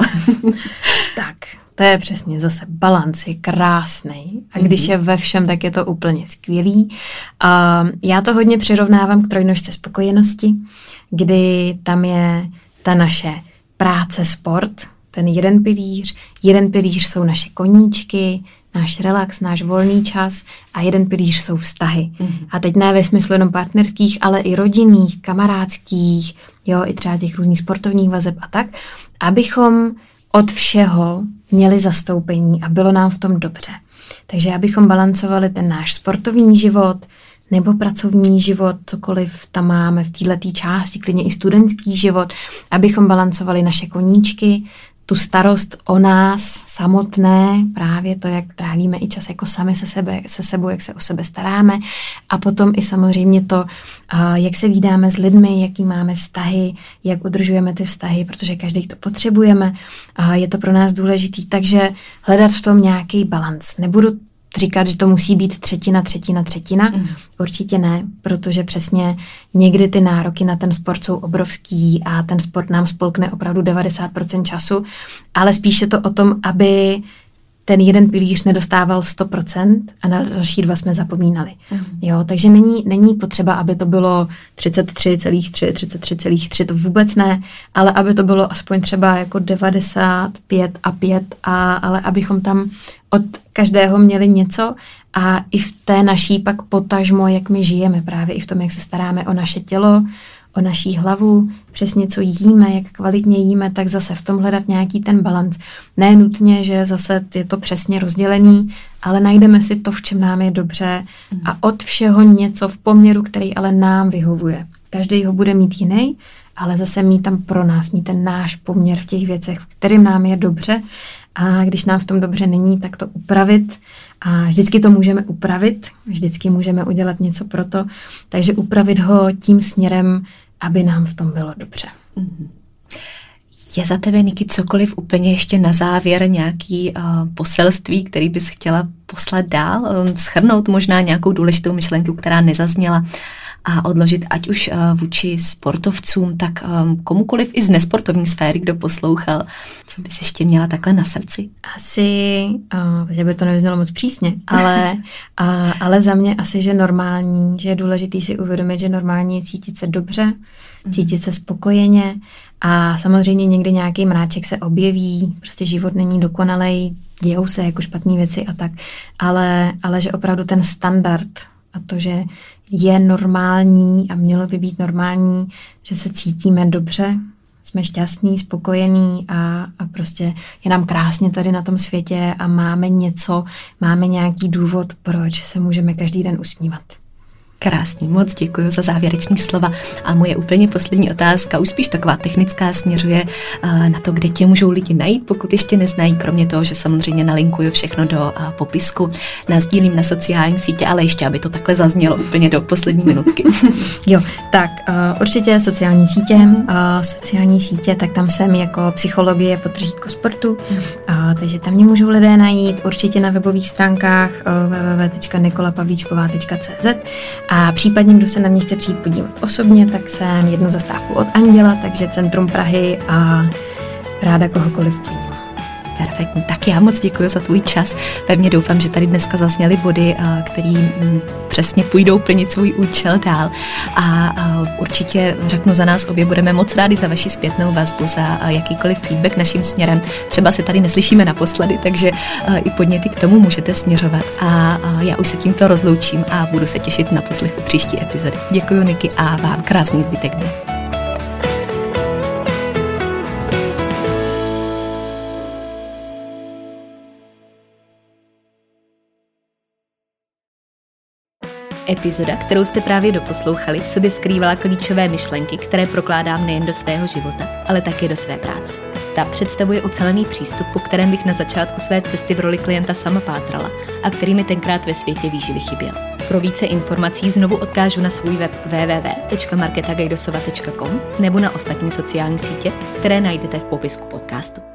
Tak. To je přesně zase balans, je krásný a když je ve všem, tak je to úplně skvělý. A já to hodně přirovnávám k trojnožce spokojenosti, kdy tam je ta naše práce, sport, ten jeden pilíř, jeden pilíř jsou naše koníčky, náš relax, náš volný čas a jeden pilíř jsou vztahy. Mm-hmm. A teď ne ve smyslu jenom partnerských, ale i rodinných, kamarádských, jo, i třeba těch různých sportovních vazeb a tak, abychom od všeho měli zastoupení a bylo nám v tom dobře. Takže abychom balancovali ten náš sportovní život nebo pracovní život, cokoliv tam máme v této části, klidně i studentský život, abychom balancovali naše koníčky, tu starost o nás samotné, právě to, jak trávíme i čas jako sami se, sebe, se sebou, jak se o sebe staráme a potom i samozřejmě to, jak se vídáme s lidmi, jaký máme vztahy, jak udržujeme ty vztahy, protože každý to potřebujeme a je to pro nás důležitý, takže hledat v tom nějaký balans. Nebudu říkat, že to musí být třetina, třetina, třetina. Mm. Určitě ne, protože přesně někdy ty nároky na ten sport jsou obrovský a ten sport nám spolkne opravdu devadesát procent času, ale spíše to o tom, aby ten jeden pilíř nedostával sto procent a na další dva jsme zapomínali. Mm. Jo, takže není, není potřeba, aby to bylo třicet tři celá tři, třicet tři celá tři, to vůbec ne, ale aby to bylo aspoň třeba jako devadesát pět a pět, a, ale abychom tam od každého měli něco a i v té naší pak potažmo, jak my žijeme, právě i v tom, jak se staráme o naše tělo, o naší hlavu, přesně co jíme, jak kvalitně jíme, tak zase v tom hledat nějaký ten balans. Ne nutně, že zase je to přesně rozdělený, ale najdeme si to, v čem nám je dobře a od všeho něco v poměru, který ale nám vyhovuje. Každý ho bude mít jiný, ale zase mít tam pro nás, mít ten náš poměr v těch věcech, v kterým nám je dobře a když nám v tom dobře není, tak to upravit a vždycky to můžeme upravit, vždycky můžeme udělat něco pro to, takže upravit ho tím směrem, aby nám v tom bylo dobře. Je za tebe, Niky, cokoliv úplně ještě na závěr, nějaký uh, poselství, který bys chtěla poslat dál, um, shrnout možná nějakou důležitou myšlenku, která nezazněla a odložit ať už uh, vůči sportovcům, tak um, komukoliv i z nesportovní sféry, kdo poslouchal, co bys ještě měla takhle na srdci? Asi, uh, takže by to nevyznělo moc přísně, ale, uh, ale za mě asi, že normální, že je důležitý si uvědomit, že normální je cítit se dobře, cítit se spokojeně a samozřejmě někdy nějaký mráček se objeví, prostě život není dokonalej, dějou se jako špatné věci a tak, ale, ale že opravdu ten standard a to, že je normální a mělo by být normální, že se cítíme dobře, jsme šťastní, spokojení a, a prostě je nám krásně tady na tom světě a máme něco, máme nějaký důvod, proč se můžeme každý den usmívat. Krásný, moc děkuji za závěrečný slova. A moje úplně poslední otázka, už spíš taková technická, směřuje na to, kde tě můžou lidi najít, pokud ještě neznají, kromě toho, že samozřejmě nalinkuju všechno do popisku, nasdílím na sociální sítě, ale ještě, aby to takhle zaznělo úplně do poslední minutky. Jo, tak uh, určitě sociální sítě, uh, sociální sítě, tak tam jsem jako psychologie podtržítko sportu, uh, takže tam mě můžou lidé najít určitě na webových stránkách uh, w w w tečka nikola pavlíčková tečka c z a případně, kdo se na mě chce přijít podívat osobně, tak jsem jednu zastávku od Anděla, takže Centrum Prahy a ráda kohokoliv přijím. Perfektní. Tak já moc děkuji za tvůj čas. Pevně doufám, že tady dneska zazněly body, který přesně půjdou plnit svůj účel dál. A určitě řeknu za nás obě, budeme moc rádi za vaši zpětnou vazbu, za jakýkoliv feedback naším směrem. Třeba se tady neslyšíme naposledy, takže i podněty k tomu můžete směřovat. A já už se tímto rozloučím a budu se těšit na poslech u příští epizody. Děkuji, Niky, a vám krásný zbytek dne. Epizoda, kterou jste právě doposlouchali, v sobě skrývala klíčové myšlenky, které prokládám nejen do svého života, ale také do své práce. Ta představuje ucelený přístup, po kterém bych na začátku své cesty v roli klienta sama pátrala a který mi tenkrát ve světě výživy chyběl. Pro více informací znovu odkážu na svůj web w w w tečka marketa gajdosova tečka com nebo na ostatní sociální sítě, které najdete v popisku podcastu.